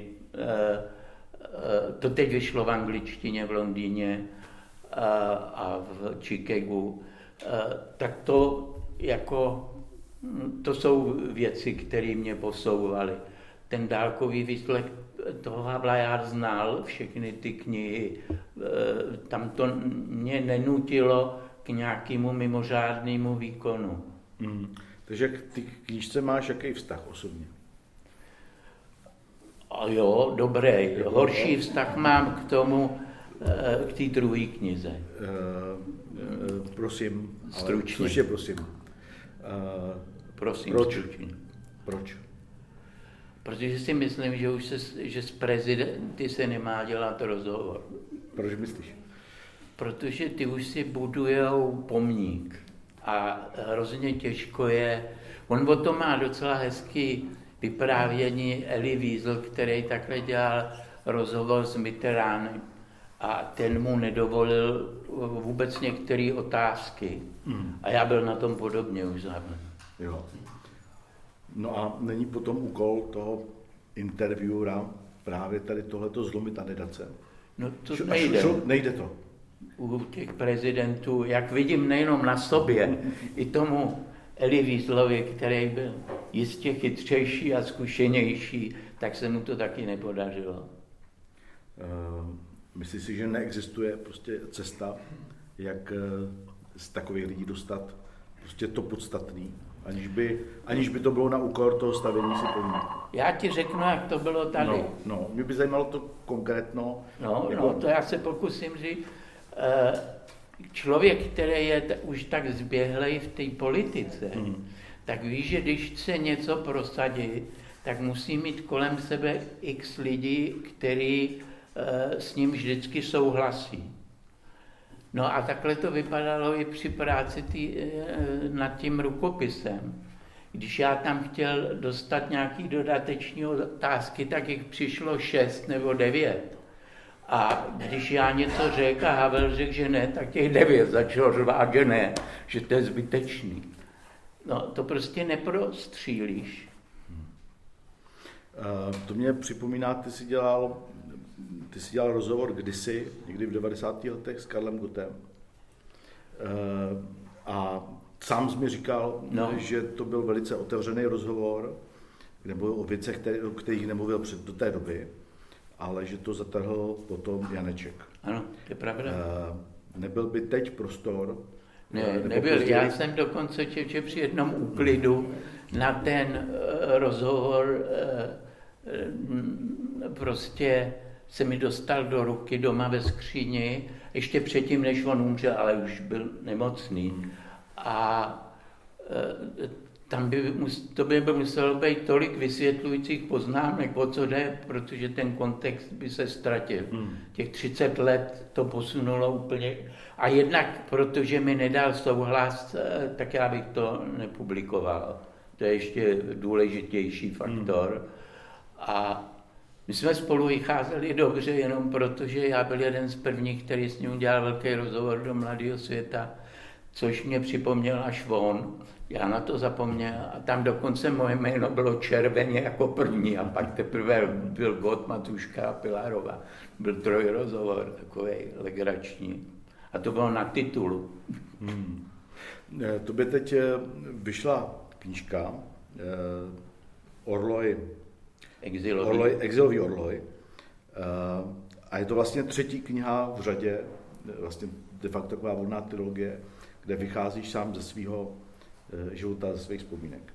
To teď vyšlo v angličtině v Londýně a v Chicagu. Tak to jako, to jsou věci, které mě posouvaly. Ten dálkový výslech toho Havla já znal, všechny ty knihy. Tam to mě nenutilo k nějakému mimořádnému výkonu. Hmm. Takže k ty knížce máš jaký vztah osobně? A jo, dobrý. Horší vztah mám k tomu, k té druhé knize. Uh, uh, prosím. Stručně. Stručně, prosím. Uh, prosím, proč? stručně. Proč? Protože si myslím, že už se, že s prezidenty se nemá dělat rozhovor. Proč myslíš? Protože ty už si budujou pomník a hrozně těžko je. On o tom má docela hezký vyprávění Elie Wiesel, který takhle dělal rozhovor s Mitterrandem a ten mu nedovolil vůbec některé otázky. Mm. A já byl na tom podobně už zároveň. Jo. No a není potom úkol toho interviewera právě tady tohleto zlomit a nedat se? No to Šo, nejde. Šo, nejde to. U těch prezidentů, jak vidím nejenom na sobě, i tomu Elie Wieselovi, který byl jistě chytřejší a zkušenější, tak se mu to taky nepodařilo. Uh, myslíš si, že neexistuje prostě cesta, jak z takových lidí dostat prostě to podstatný, aniž by, aniž by to bylo na úkor toho stavění si pomníku? Já ti řeknu, jak to bylo tady. No, no mě by zajímalo to konkrétno. No, jako... no, to já se pokusím říct. Člověk, který je t- už tak zběhlej v té politice, hmm. tak ví, že když chce něco prosadit, tak musí mít kolem sebe x lidí, který e, s ním vždycky souhlasí. No a takhle to vypadalo i při práci tý, e, nad tím rukopisem. Když já tam chtěl dostat nějaký dodateční otázky, tak jich přišlo šest nebo devět. A když já něco řekl a Havel řekl, že ne, tak těch devět začalo řvát, že ne, že to je zbytečný. No, to prostě neprostřílíš. Hmm. Uh, to mě připomíná, ty jsi dělal, ty jsi dělal rozhovor kdysi, někdy v devadesátých letech s Karlem Gottem. Uh, a sám jsi mi říkal, no. že to byl velice otevřený rozhovor, kde mluvil o věcech, které, o kterých nemluvil před, do té doby, ale že to zatrhl potom Janeček. Ano, to je pravda. Uh, nebyl by teď prostor? Ne, nebyl. Později? Já jsem dokonce čeče při jednom úklidu na ten uh, rozhovor uh, prostě se mi dostal do ruky doma ve skříni, ještě předtím, než on umřel, ale už byl nemocný. A uh, tam by, to by muselo být tolik vysvětlujících poznámek, o co jde, protože ten kontext by se ztratil. Hmm. Těch třicet let to posunulo úplně. A jednak, protože mi nedal souhlas, tak já bych to nepublikoval. To je ještě důležitější faktor. Hmm. A my jsme spolu vycházeli dobře, jenom protože já byl jeden z prvních, který s ním udělal velký rozhovor do Mladého světa, což mě připomněl až on. Já na to zapomněl a tam dokonce moje jméno bylo červeně jako první a pak teprve byl Gott, Matuška a Pilárová. Byl trojrozhovor, takový legrační. A to bylo na titulu. Hmm. To by teď vyšla knížka Orloj, Exilový. Orloj, Exilový Orloj. A je to vlastně třetí kniha v řadě, vlastně de facto taková volná trilogie, kde vycházíš sám ze svého života, ze svých vzpomínek.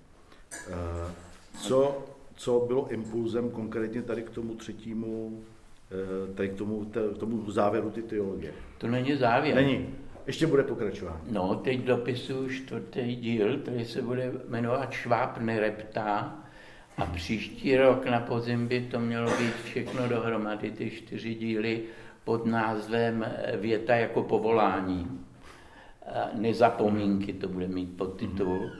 Co, co bylo impulzem konkrétně tady k tomu třetímu, tady k tomu, k tomu závěru ty trilogie? To není závěr. Není. Ještě bude pokračování. No, teď dopisuju čtvrtý díl, který se bude jmenovat Šváb nereptá a příští rok na podzim by to mělo být všechno dohromady, ty čtyři díly pod názvem Věta jako povolání. Nezapomínky to bude mít podtitul.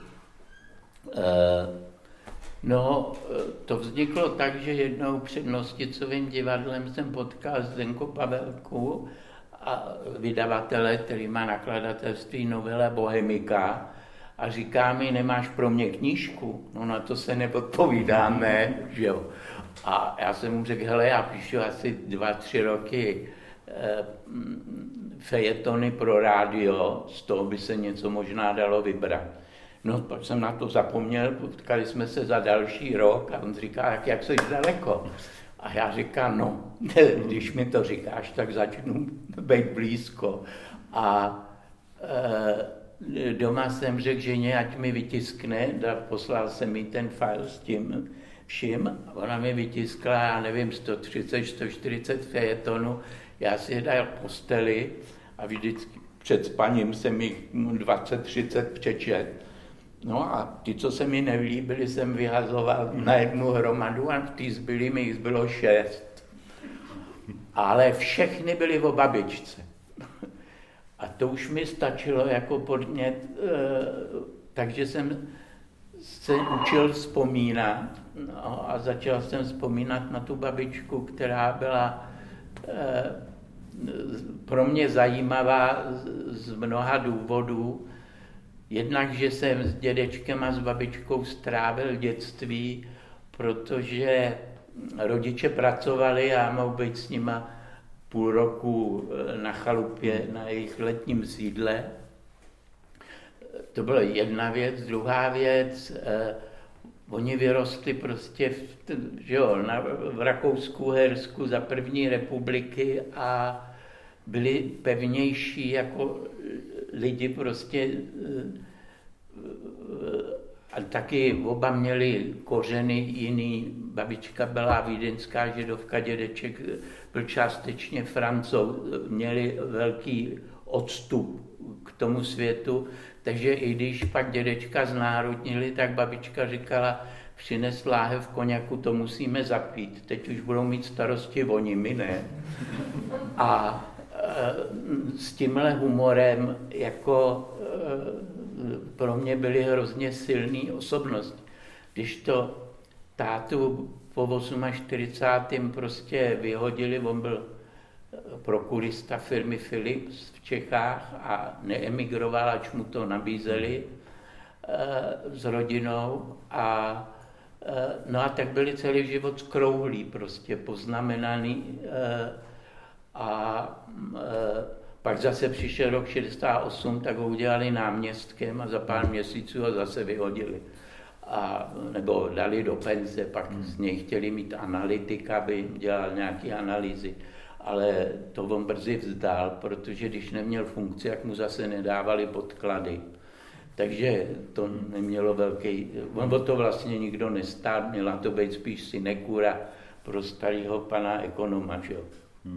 No, to vzniklo tak, že jednou před Nosticovým divadlem jsem potkal Zdenku Pavelku a vydavatele, který má nakladatelství Novela Bohemika, a říká mi, nemáš pro mě knížku? No na to se neodpovídáme, že jo. A já jsem mu řekl, hele, já píšu asi dva, tři roky eh, fejetony pro rádio, z toho by se něco možná dalo vybrat. No, pak jsem na to zapomněl, potkali jsme se za další rok a on říká, jak, jak jsi daleko? A já říkám, no, když mi to říkáš, tak začnu být blízko. A e, doma jsem řekl ženě, ať mi vytiskne, poslal jsem mi ten file s tím vším, a ona mi vytiskla, já nevím, sto třicet, sto čtyřicet fejetonů, já si je dal posteli a vždycky před spaním jsem jich dvacet třicet přečet. No a ty, co se mi nelíbili, jsem vyhazoval na jednu hromadu a v té zbylý mi jich bylo šest. Ale všechny byly o babičce. A to už mi stačilo jako podnět, takže jsem se učil vzpomínat, no, a začal jsem vzpomínat na tu babičku, která byla pro mě zajímavá z mnoha důvodů. Jednak, že jsem s dědečkem a s babičkou strávil dětství, protože rodiče pracovali a mohl být s nima půl roku na chalupě, na jejich letním sídle. To byla jedna věc. Druhá věc, eh, oni vyrostli prostě v, že jo, na, v Rakousku, Hersku za první republiky a byli pevnější jako lidi prostě a taky oba měli kořeny jiný. Babička byla vídeňská židovka, dědeček byl částečně Francouz, měli velký odstup k tomu světu, takže i když pak dědečka znárodnili, tak babička říkala, přines láhev koněku, to musíme zapít, teď už budou mít starosti oni, my ne. A s tímhle humorem jako pro mě byly hrozně silný osobnosti. Když to tátu po čtyřicátém osmém prostě vyhodili, on byl prokurista firmy Philips v Čechách a neemigroval, ač mu to nabízeli s rodinou. A, no a tak byli celý život skrouhlí, prostě poznamenaný. A e, pak zase přišel rok šedesát osm, tak ho udělali náměstkem a za pár měsíců ho zase vyhodili. A, nebo dali do penze, pak hmm. z něj chtěli mít analytika, aby dělal nějaké analýzy. Ale to on brzy vzdal, protože když neměl funkci, jak mu zase nedávali podklady. Takže to nemělo velký... On o to vlastně nikdo nestál, měla to být spíš sinekura pro starého pana ekonoma, že jo.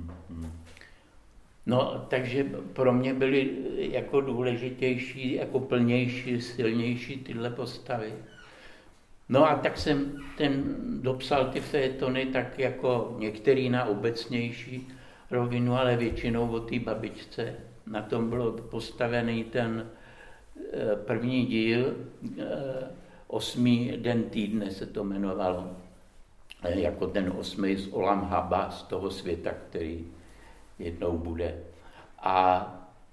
No, takže pro mě byly jako důležitější, jako plnější, silnější tyhle postavy. No a tak jsem ten dopsal ty fejetony tak jako některý na obecnější rovinu, ale většinou o té babičce. Na tom bylo postavený ten první díl, osmý den týdne se to jmenovalo. Jako ten osmý z Olam Haba, z toho světa, který jednou bude. A,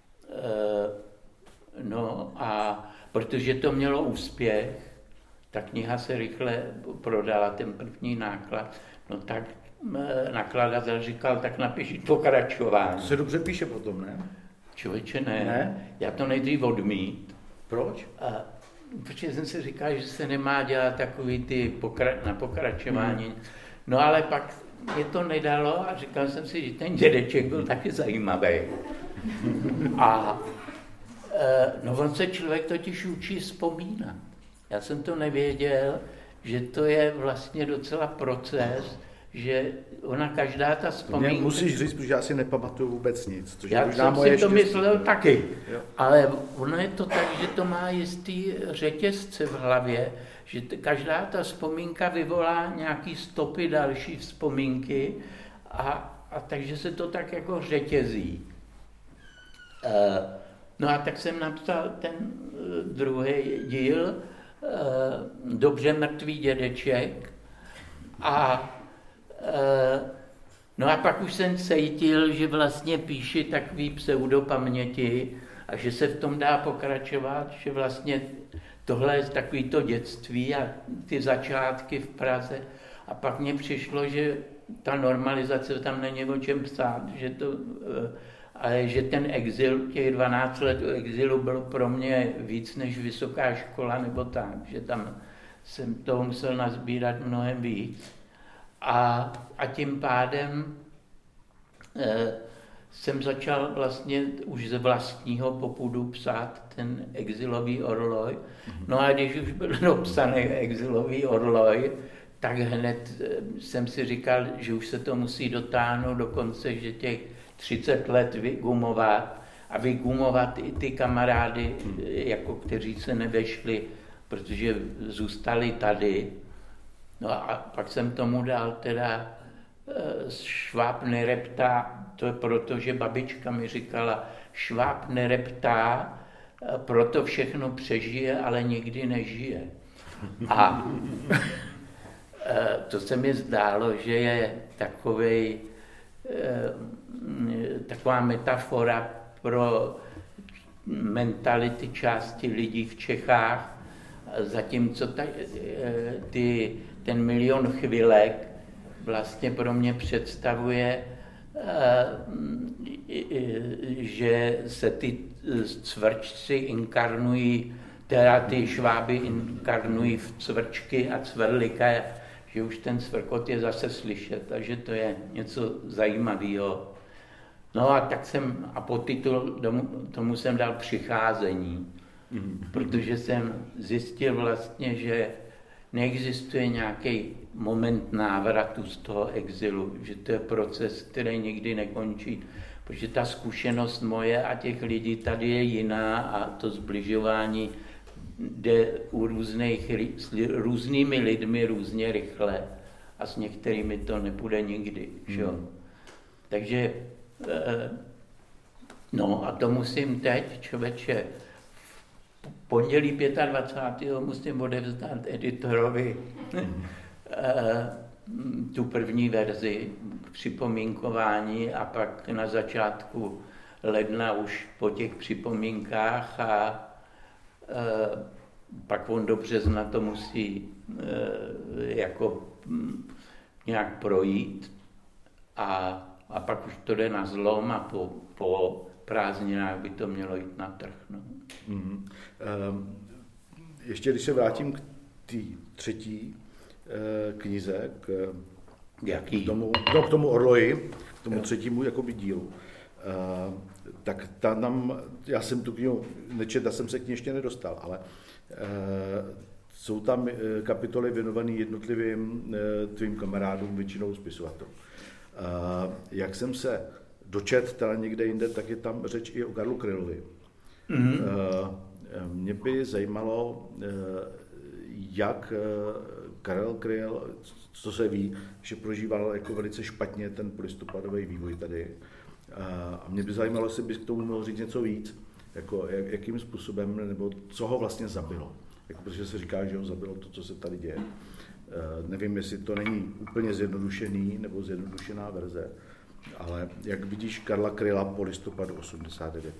no a protože to mělo úspěch, ta kniha se rychle prodala, ten první náklad, no tak nakladatel říkal, tak napiš pokračování. Se dobře píše potom, ne? Člověče, ne. ne. Já to nejdřív odmít. Proč? A, protože jsem si říkal, že se nemá dělat takový ty pokra- na pokračování. Hmm. No ale pak mě to nedalo a říkal jsem si, že ten dědeček byl taky zajímavý. A e, no on se člověk totiž učí vzpomínat. Já jsem to nevěděl, že to je vlastně docela proces, že ona každá ta vzpomínka... Mě musíš říct, protože já si nepamatuju vůbec nic. Což já jsem si to myslel taky, jo. Ale ono je to tak, že to má jistý řetězce v hlavě, že t- každá ta vzpomínka vyvolá nějaký stopy další vzpomínky a, a takže se to tak jako řetězí. E, no a tak jsem napsal ten uh, druhý díl, uh, Dobře mrtvý dědeček a uh, No a pak už jsem cítil, že vlastně píši takový pseudopaměti a že se v tom dá pokračovat, že vlastně tohle je takový to dětství a ty začátky v Praze. A pak mně přišlo, že ta normalizace tam není o čem psát, že to, ale že ten exil, těch dvanáct let exilu bylo pro mě víc než vysoká škola nebo tak, že tam jsem toho musel nazbírat mnohem víc. A, a tím pádem eh, jsem začal vlastně už ze vlastního popudu psát ten exilový orloj. No a když už byl napsaný exilový orloj, tak hned jsem si říkal, že už se to musí dotáhnout do konce, že těch třicet let vygumovat a vygumovat i ty kamarády, jako kteří se nevešli, protože zůstali tady. No a pak jsem tomu dal teda šváb nereptá, to je proto, že babička mi říkala, šváb nereptá, proto všechno přežije, ale nikdy nežije. A to se mi zdálo, že je takovej, taková metafora pro mentality části lidí v Čechách, zatímco ta, ty, ten milion chvilek vlastně pro mě představuje, že se ty cvrčci inkarnují, teda ty šváby inkarnují v cvrčky a cvrlika, že už ten cvrkot je zase slyšet, takže to je něco zajímavého. No a tak jsem, a podtitul tomu jsem dal Přicházení, protože jsem zjistil vlastně, že neexistuje nějaký moment návratu z toho exilu, že to je proces, který nikdy nekončí, protože ta zkušenost moje a těch lidí tady je jiná a to zbližování jde u různých, s různými lidmi různě rychle a s některými to nepůjde nikdy. Že? Mm. Takže no a to musím teď, člověče, v pondělí dvacátého pátého musím odevzdat editorovi mm. tu první verzi k připomínkování a pak na začátku ledna už po těch připomínkách a e, pak on do března to musí e, jako m, nějak projít a, a pak už to jde na zlom a po, po prázdninách by to mělo jít na trh. No. Mm-hmm. Um, ještě když se vrátím k té třetí e, knize, k, Jaký? k, tomu, no, k tomu orloji, k tomu jo. třetímu jakoby dílu, uh, tak ta nám, já jsem tu knihu nečetl, já jsem se k ní ještě nedostal, ale uh, jsou tam kapitoly věnované jednotlivým uh, tvým kamarádům, většinou spisovatelům. Uh, jak jsem se dočet teda někde jinde, tak je tam řeč i o Karlu Krylovi. Mm-hmm. Uh, mě by zajímalo, uh, jak uh, Karel Kryl, co se ví, že prožíval jako velice špatně ten polistopadový vývoj tady. A mě by zajímalo, jestli bys k tomu mohl říct něco víc, jako jak, jakým způsobem, nebo co ho vlastně zabilo. Jako, protože se říká, že ho zabilo to, co se tady děje. Uh, nevím, jestli to není úplně zjednodušený nebo zjednodušená verze, ale jak vidíš Karla Kryla po listopadu osmdesát devět?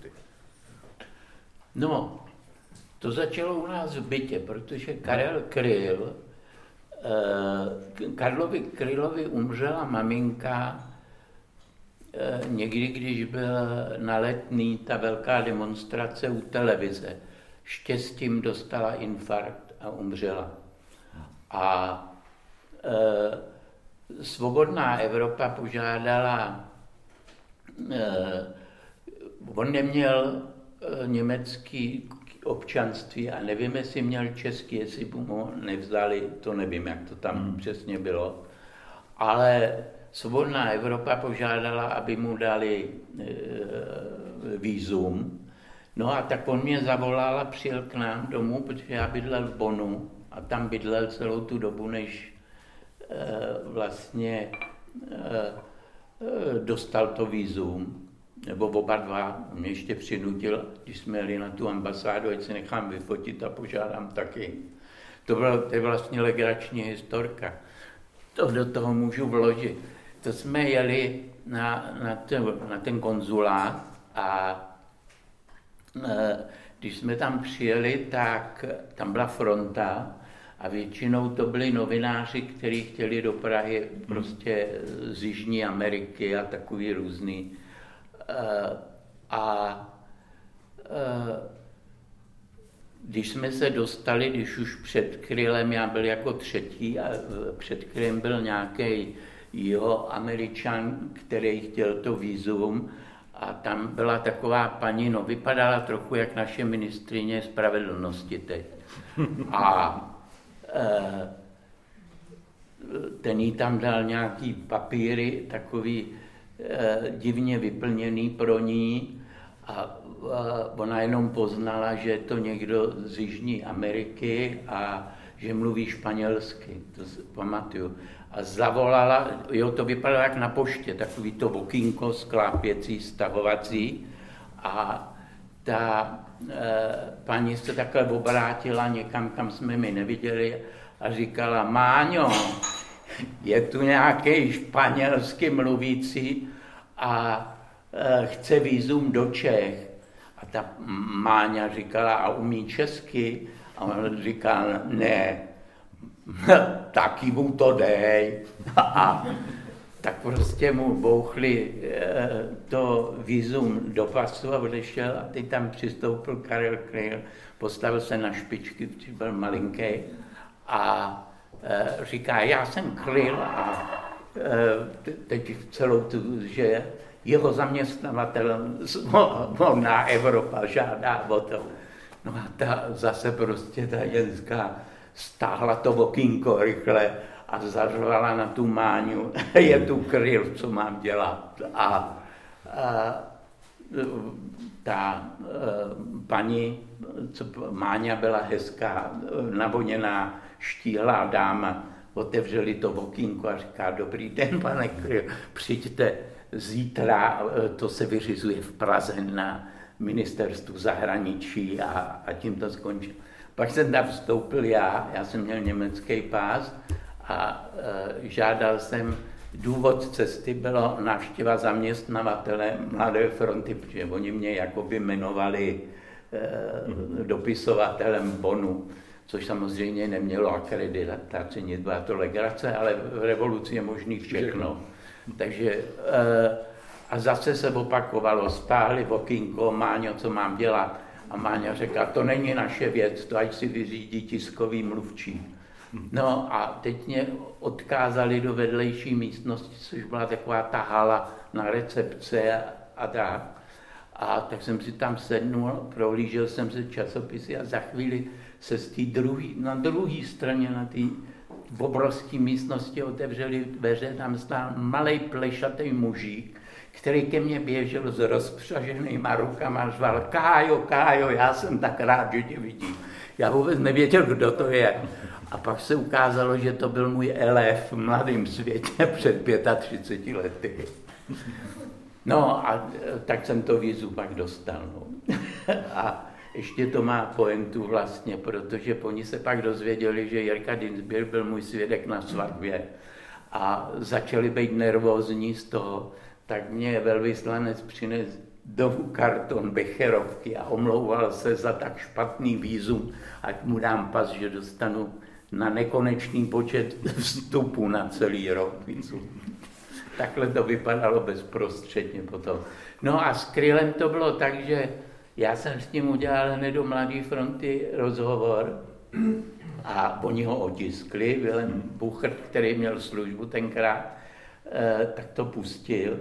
No, to začalo u nás v bytě, protože Karel Kryl, uh, Karlovi Krylovi umřela maminka uh, někdy, když byl na Letný ta velká demonstrace u televize. Štěstím dostala infarkt a umřela. A uh, Svobodná Evropa požádala, uh, on neměl uh, německý občanství a nevím, jestli měl český, jestli mu nevzali, to nevím, jak to tam hmm. přesně bylo. Ale Svobodná Evropa požádala, aby mu dali e, vízum. No a tak on mě zavolal a přijel k nám domů, protože já bydlel v Bonnu a tam bydlel celou tu dobu, než e, vlastně e, dostal to vízum. Nebo oba dva, mě ještě přinutil, když jsme jeli na tu ambasádu, ať se nechám vyfotit a požádám taky. To byla to je vlastně legrační historka. To do toho můžu vložit. to jsme jeli na, na, ten, na ten konzulát a e, když jsme tam přijeli, tak tam byla fronta a většinou to byli novináři, kteří chtěli do Prahy prostě z Jižní Ameriky a takový různý. E, a e, když jsme se dostali, když už před Krylem, já byl jako třetí a před Krylem byl nějaký jeho Američan, který chtěl to vízum a tam byla taková paní, no vypadala trochu jak naše ministryně spravedlnosti teď. A e, ten jí tam dal nějaký papíry, takový e, divně vyplněný pro ní a ona jenom poznala, že je to někdo z Jižní Ameriky a že mluví španělsky, to pamatuju. A zavolala, jo, to vypadalo jak na poště, takový to okýnko sklápěcí, stahovací. A ta e, paní se takhle obrátila někam, kam jsme my neviděli a říkala, Máňo, je tu nějaký španělsky mluvící a e, chce vízum do Čech. A ta Máňa říkala, a umí česky? A on říkal, ne, taky mu to dej. A tak prostě mu bouchli to vízum do pasu a odešel a teď tam přistoupil Karel Kryl, postavil se na špičky, protože byl malinký a říká, já jsem Kryl a teď celou tu, že jeho zaměstnavatel na Evropa žádá o to. No a ta zase prostě ta ženská stáhla to okýnko rychle a zařvala na tu Máňu, je tu Kryl, co mám dělat. A, a ta a, paní, co, Máňa byla hezká, navoněná, štíhlá dáma, otevřeli to okýnko a říká, dobrý den, pane Kryl, přijďte zítra, to se vyřizuje v Praze na ministerstvu zahraničí a, a tím to skončil. Pak jsem tam vstoupil já, já jsem měl německý pás a e, žádal jsem, důvod cesty bylo návštěva zaměstnavatele Mladé fronty, protože oni mě jakoby jmenovali e, dopisovatelem Bonu, což samozřejmě nemělo akreditaci, nic, byla to legrace, ale v revoluci je možný všechno. Takže e, a zase se opakovalo, stáhli v okýnko, Máňo, co mám dělat? A Máňa řekla, to není naše věc, to ať si vyřídí tiskový mluvčí. No a teď mě odkázali do vedlejší místnosti, což byla taková ta hala na recepce a, a tak. A tak jsem si tam sednul, prohlížel jsem se časopisy a za chvíli se z té druhý, na druhé straně, na té obrovské místnosti otevřeli dveře, tam stál malej plešatý mužík, který ke mně běžel s rozpřaženýma rukama a řval, Kájo, Kájo, já jsem tak rád, že tě vidím. Já vůbec nevěděl, kdo to je. A pak se ukázalo, že to byl můj elef v Mladém světě před třiceti pěti lety. No a tak jsem to vízu pak dostal. No. A ještě to má pointu vlastně, protože oni se pak dozvěděli, že Jirka Dienstbier byl můj svědek na svatbě a začali být nervózní z toho, tak mě velvyslanec přines domů karton becherovky a omlouval se za tak špatný vízum, ať mu dám pas, že dostanu na nekonečný počet vstupů na celý rok vízum. Takhle to vypadalo bezprostředně potom. No a s Krylem to bylo tak, že já jsem s ním udělal hned do Mladé fronty rozhovor a oni ho otiskli. Vilém Buchert, který měl službu tenkrát, tak to pustil.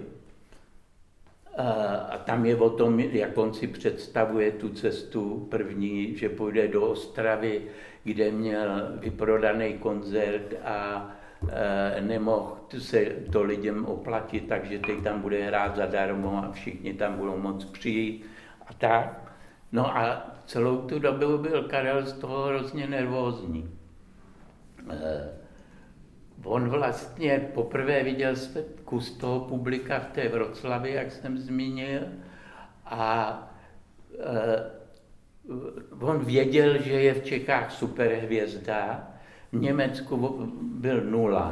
A tam je o tom, jak on si představuje tu cestu první, že půjde do Ostravy, kde měl vyprodaný koncert a e, nemohl se to lidem oplatit, takže teď tam bude hrát zadarmo a všichni tam budou moc přijít a tak. No a celou tu dobu byl Karel z toho hrozně nervózní. E, On vlastně poprvé viděl kus toho publika v té Vroclavi, jak jsem zmínil, a e, on věděl, že je v Čechách superhvězda, v Německu byl nula.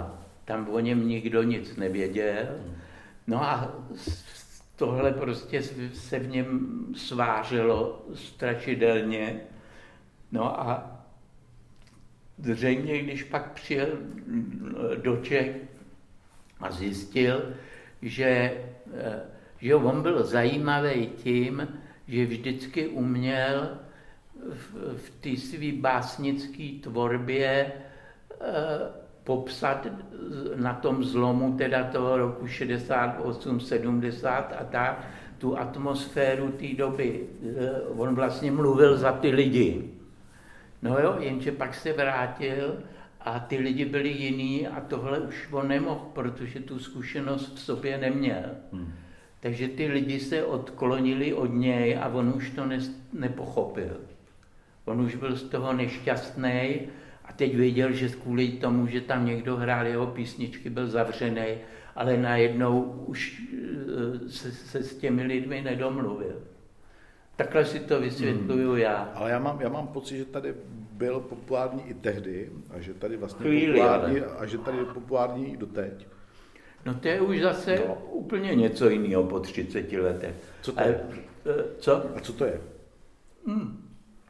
tam o něm nikdo nic nevěděl. No a tohle prostě se v něm svářilo strašidelně. No a zřejmě, když pak přijel do Čech a zjistil, že, že on byl zajímavý tím, že vždycky uměl v, v té své básnické tvorbě popsat na tom zlomu teda toho roku šedesát osm sedmdesát a tak, tu atmosféru té doby. On vlastně mluvil za ty lidi. No jo, jenže pak se vrátil a ty lidi byli jiný a tohle už on nemohl, protože tu zkušenost v sobě neměl. Hmm. Takže ty lidi se odklonili od něj a on už to ne, nepochopil. On už byl z toho nešťastný a teď věděl, že kvůli tomu, že tam někdo hrál jeho písničky, byl zavřený, ale najednou už se, se s těmi lidmi nedomluvil. Takhle si to vysvětluju hmm. já. Ale já mám, já mám pocit, že tady byl populární i tehdy a že tady vlastně Chvíli, populární ale. a že tady je populární i doteď. No to je už zase no. úplně něco jiného po třiceti letech. Co to je? A, co? A co to je? Hmm.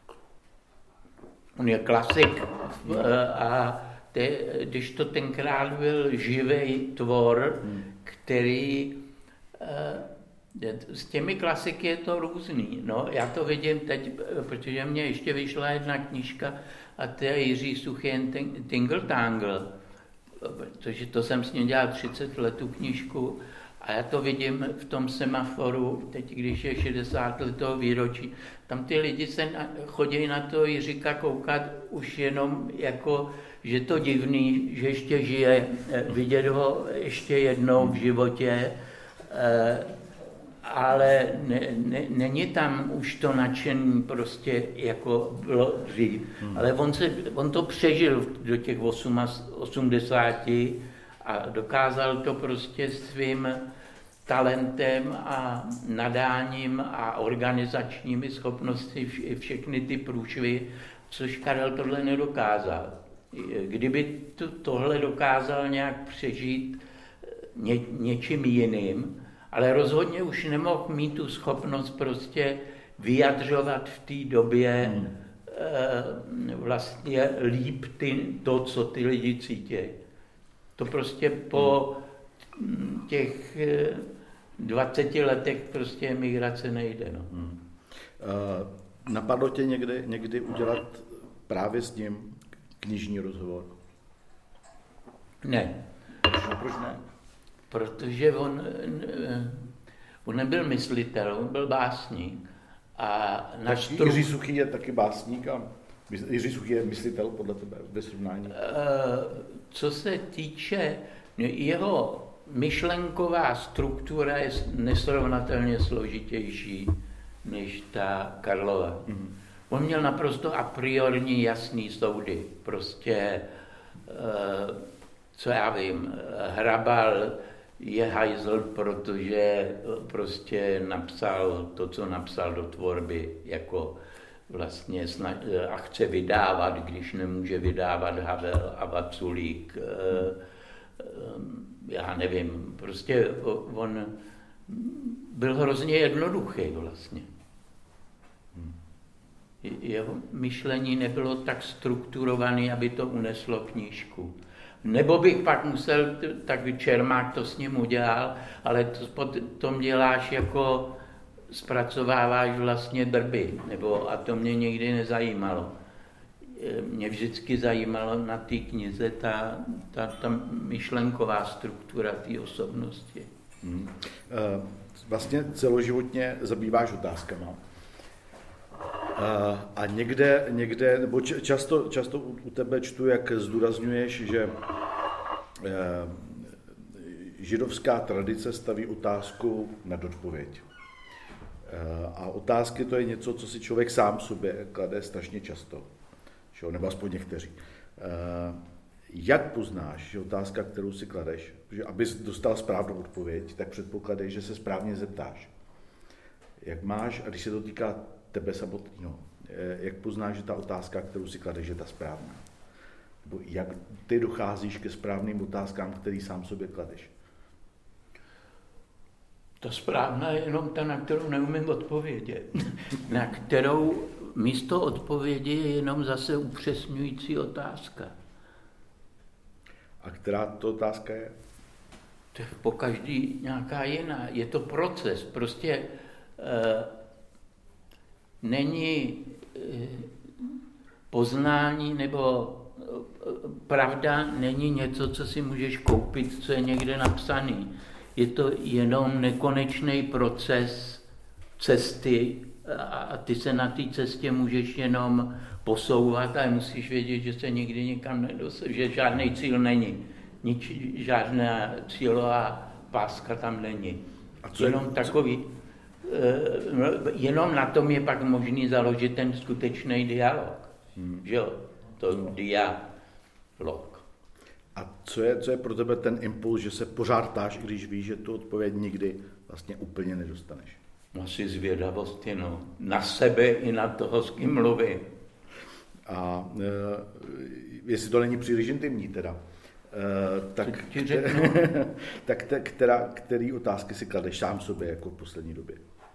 On je klasik a te, když to tenkrát byl živý tvor, hmm. který s těmi klasiky je to různý. No, já to vidím teď, protože mě ještě vyšla jedna knížka a to je Jiří Suchý Tingle Tangle, protože to jsem s ním dělal třicet let tu knížku a já to vidím v tom semaforu, teď když je šedesát let toho výročí, tam ty lidi se na, chodí na to Jiříka koukat už jenom jako, že to divný, že ještě žije, vidět ho ještě jednou v životě, ale ne, ne, není tam už to nadšení prostě jako bylo dřív. Hmm. Ale on, se, on to přežil do těch osmdesáti a dokázal to prostě svým talentem a nadáním a organizačními schopnosti vš, všechny ty průšvy, což Karel tohle nedokázal. Kdyby to, tohle dokázal nějak přežít ně, něčím jiným, ale rozhodně už nemohl mít tu schopnost prostě vyjadřovat v té době hmm. e, vlastně líp ty, to, co ty lidi cítí. To prostě po hmm. těch e, dvaceti letech prostě emigrace nejde. No. Hmm. Uh, napadlo tě někdy, někdy udělat právě s ním knižní rozhovor? Ne. Proč ne? Protože on, on nebyl myslitel, on byl básník. A tak stru... Jiří Suchý je taky básník a Jiří Suchý je myslitel podle tebe ve srovnání? Co se týče jeho myšlenková struktura je nesrovnatelně složitější než ta Karlova. Mm. On měl naprosto a priorní jasný soudy. Prostě, co já vím, Hrabal je hajzl, protože prostě napsal to, co napsal do tvorby, jako vlastně a chce vydávat, když nemůže vydávat Havel a Vaculík. Já nevím, prostě on byl hrozně jednoduchý vlastně. Jeho myšlení nebylo tak strukturované, aby to uneslo knížku. Nebo bych pak musel, tak Čermák to s ním udělal, ale to potom děláš jako, zpracováváš vlastně drby, nebo a to mě nikdy nezajímalo. Mě vždycky zajímalo na té knize ta, ta, ta myšlenková struktura té osobnosti. Hmm. Vlastně celoživotně zabýváš otázkama. A někde, někde nebo často, často u tebe čtu, jak zdůrazňuješ, že židovská tradice staví otázku nad odpověď. A otázky to je něco, co si člověk sám sobě klade strašně často. Nebo aspoň někteří. Jak poznáš, že otázka, kterou si kladeš, že abys dostal správnou odpověď, tak předpokládej, že se správně zeptáš. Jak máš, a když se to týká tebe samotného, jak poznáš, že ta otázka, kterou si kladeš, je ta správná? Jak ty docházíš ke správným otázkám, který sám sobě kladeš? To správná je jenom ta, na kterou neumím odpovědět. Na kterou místo odpovědi je jenom zase upřesňující otázka. A která to otázka je? To je pokaždý nějaká jiná. Je to proces. Prostě eh, není eh, poznání nebo eh, pravda není něco, co si můžeš koupit, co je někde napsaný. Je to jenom nekonečný proces cesty a ty se na té cestě můžeš jenom posouvat, ale musíš vědět, že se nikdy nikam nedosáhne, že žádný cíl není. Nič, žádná cílová páska tam není. A co jenom je, takový, co? Jenom na tom je pak možný založit ten skutečný dialog. Hmm. Že jo? To no. Dialog. A co je, co je pro tebe ten impuls, že se pořád ptáš, i když víš, že tu odpověď nikdy vlastně úplně nedostaneš? Asi zvědavosti, no. Na sebe i na toho, s kým mluvím. A e, jestli to není příliš intimní teda, e, tak, tak te, která, který otázky si kladeš sám sobě jako v poslední době?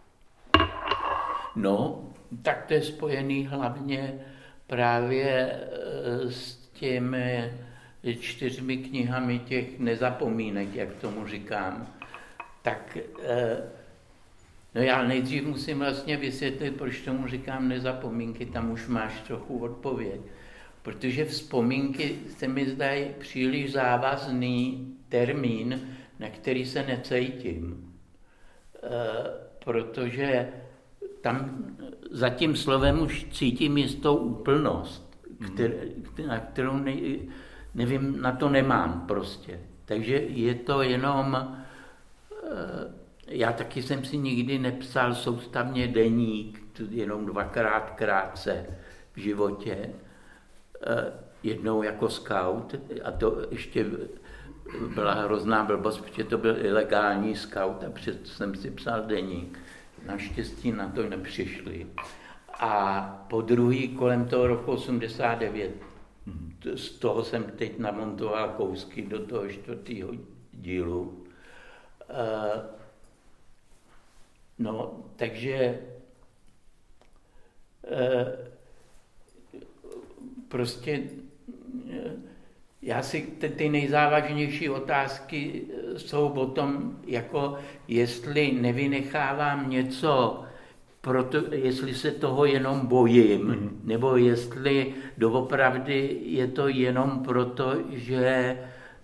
No, tak to je spojený hlavně právě s těmi čtyřmi knihami těch nezapomínek, jak tomu říkám. Tak no já nejdřív musím vlastně vysvětlit, proč tomu říkám nezapomínky, tam už máš trochu odpověď. Protože vzpomínky se mi zdají příliš závazný termín, na který se necítím. Protože tam za tím slovem už cítím jistou úplnost, které, na kterou ne, nevím, na to nemám prostě. Takže je to jenom, já taky jsem si nikdy nepsal soustavně deník, jenom dvakrát krátce v životě, jednou jako scout, a to ještě byla hrozná blbost, protože to byl ilegální scout a přesto jsem si psal deník. Naštěstí na to nepřišli. A po druhý kolem toho roku osmdesát devět, z toho jsem teď namontoval kousky do toho čtvrtého dílu. No, takže prostě já si ty, ty nejzávažnější otázky jsou o tom, jako jestli nevynechávám něco, proto, jestli se toho jenom bojím, mm. nebo jestli doopravdy je to jenom proto, že e,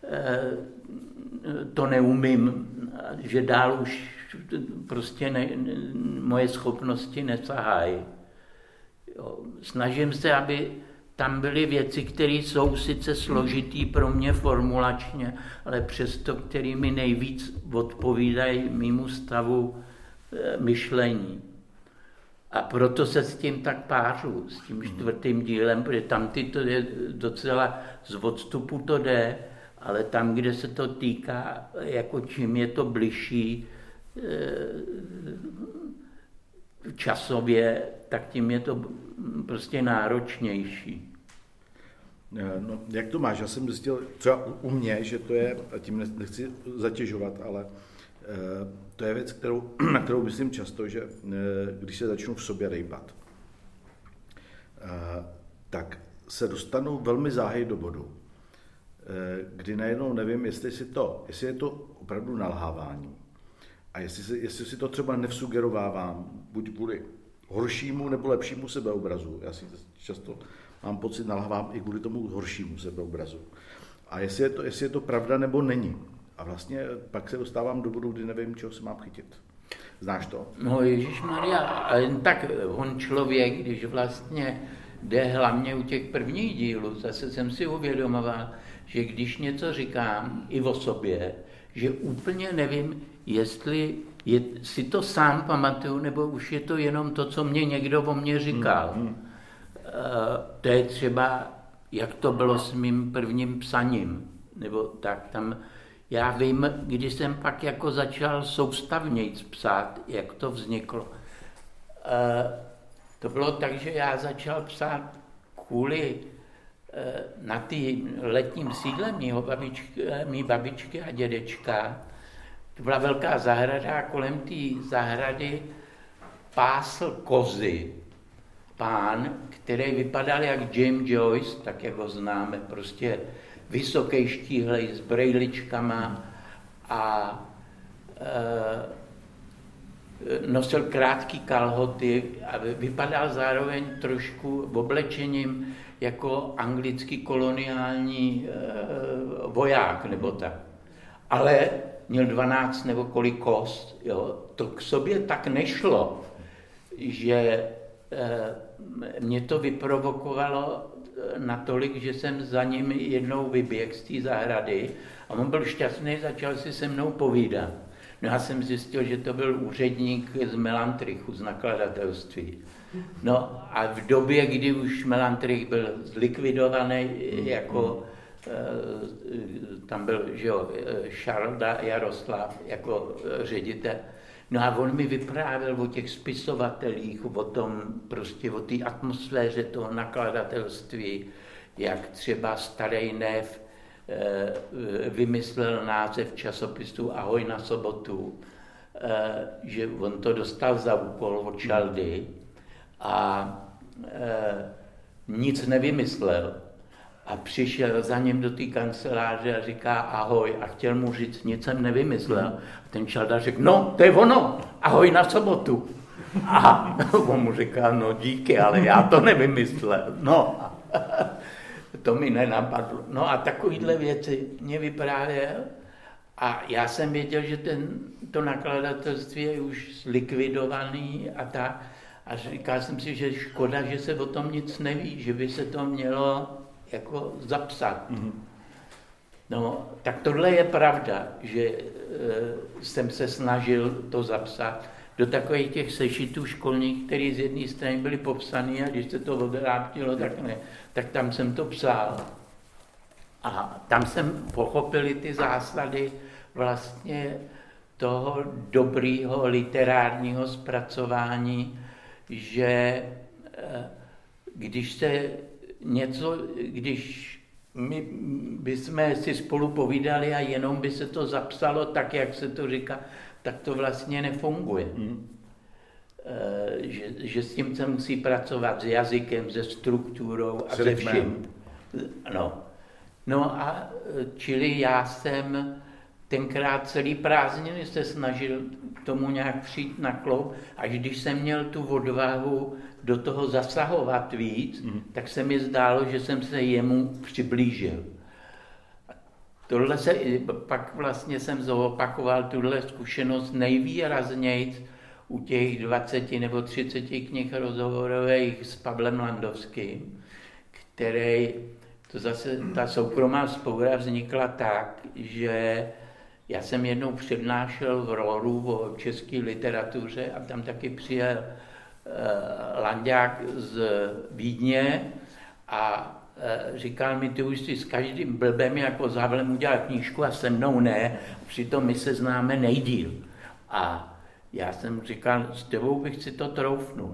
to neumím, že dál už prostě ne, moje schopnosti nesahají. Snažím se, aby tam byly věci, které jsou sice složitý pro mě formulačně, ale přesto, které mi nejvíc odpovídají mému stavu e, myšlení. A proto se s tím tak pářu, s tím čtvrtým dílem, protože tam ty to je docela z odstupu to jde, ale tam, kde se to týká, jako čím je to bližší e, časově, tak tím je to prostě náročnější. No, jak to máš? Já jsem zjistil třeba u mě, že to je, a tím nechci zatěžovat, ale to je věc, kterou, na kterou myslím často, že když se začnu v sobě rejpat, tak se dostanu velmi záhy do bodu, kdy najednou nevím, jestli, si to, jestli je to opravdu nalhávání a jestli si, jestli si to třeba nevsugerovávám, buď kvůli horšímu nebo lepšímu sebeobrazu. Já si často mám pocit, nalhávám i kvůli tomu horšímu sebeobrazu. A jestli je to, jestli je to pravda nebo není. A vlastně pak se dostávám do bodu, kdy nevím, čeho se mám chytit. Znáš to? No ježišmarja, tak on člověk, když vlastně jde hlavně u těch prvních dílů, zase jsem si uvědomoval, že když něco říkám i o sobě, že úplně nevím, jestli je, si to sám pamatuju, nebo už je to jenom to, co mě někdo o mě říkal. Hmm, hmm. Uh, to je třeba, jak to bylo s mým prvním psaním, nebo tak tam. Já vím, když jsem pak jako začal soustavnějc psát, jak to vzniklo. Uh, to bylo tak, že já začal psát kvůli na tý letním sídle mýho babičky, mý babičky a dědečka, to byla velká zahrada a kolem té zahrady pásl kozy pán, který vypadal jak James Joyce, tak jak ho známe, prostě vysoký, štíhlej, s brejličkama a e, nosil krátký kalhoty a vypadal zároveň trošku oblečením jako anglický koloniální e, voják nebo tak. Ale měl dvanáct nebo kolik kost, jo. To k sobě tak nešlo, že e, mě to vyprovokovalo natolik, že jsem za ním jednou vyběhl z té zahrady a on byl šťastný, začal si se mnou povídat. No já jsem zjistil, že to byl úředník z Melantrichu, z nakladatelství. No a v době, kdy už Melantrich byl zlikvidovaný, jako tam byl, že jo, Šarda Jaroslav jako ředitel. No a on mi vyprávěl o těch spisovatelích, o tom prostě, o té atmosféře toho nakladatelství, jak třeba Starý Nev vymyslel název časopisu Ahoj na sobotu, že on to dostal za úkol od Šaldy a nic nevymyslel. A přišel za ním do té kanceláře a říká ahoj a chtěl mu říct, nic jsem nevymyslel. A ten Šalda řekl, no, to je ono, ahoj na sobotu. A on mu říká, no díky, ale já to nevymyslel. No, to mi nenapadlo. No a takovýhle věci mě vyprávěl a já jsem věděl, že ten, to nakladatelství je už zlikvidovaný a tak. A říkal jsem si, že škoda, že se o tom nic neví, že by se to mělo jako zapsat. Mm-hmm. No, tak tohle je pravda, že e, jsem se snažil to zapsat do takových těch sešitů školních, které z jedné strany byly popsané a když se to odráptilo, tak ne, tak tam jsem to psal. A tam jsem pochopil ty zásady vlastně toho dobrýho literárního zpracování, že e, když se něco, když my bychom si spolu povídali a jenom by se to zapsalo tak, jak se to říká, tak to vlastně nefunguje. Hmm. E, že, že s tím se musí pracovat s jazykem, se strukturou a se vším. No. no a čili já jsem tenkrát celý prázdniny se snažil k tomu nějak přijít na kloub, až když jsem měl tu odvahu do toho zasahovat víc, mm. tak se mi zdálo, že jsem se jemu přiblížil. Tohle se, pak vlastně jsem zopakoval tuhle zkušenost nejvýrazněji u těch dvaceti nebo třiceti knih rozhovorových s Pavlem Landovským, který, to zase ta soukromá vzpoura vznikla tak, že já jsem jednou přednášel v Roru o české literatuře a tam taky přijel uh, Landák z Vídně a uh, říkal mi, ty už si s každým blbem jako s Havlem udělal knížku a se mnou ne, přitom my se známe nejdýl. A já jsem říkal, s tebou bych si to troufnul.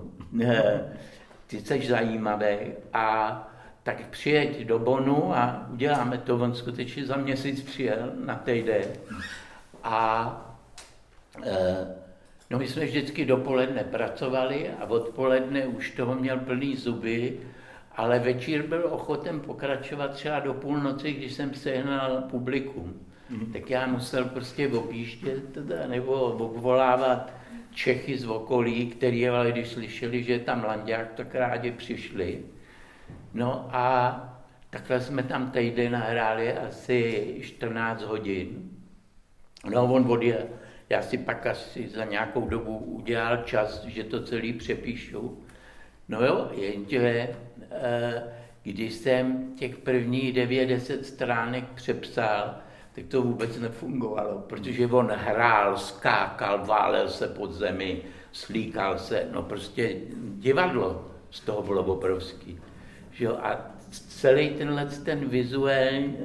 Ty jsi zajímavý a tak přijeď do Bonu a uděláme to. On skutečně za měsíc přijel na týden. A e, no my jsme vždycky dopoledne pracovali a odpoledne už toho měl plný zuby, ale večer byl ochoten pokračovat třeba do půlnoci, když jsem sehnal publikum. Mm-hmm. Tak já musel prostě objíždět teda, nebo obvolávat Čechy z okolí, který ale když slyšeli, že je tam Landák, tak rádi přišli. No a takhle jsme tam týden nahráli asi čtrnáct hodin. No on odjel. Já si pak asi za nějakou dobu udělal čas, že to celý přepíšu. No jo, jenže když jsem těch prvních devět deset stránek přepsal, tak to vůbec nefungovalo, protože on hrál, skákal, válel se pod zemi, slíkal se, no prostě divadlo z toho bylo obrovský. Že jo? A celý tenhle ten vizuální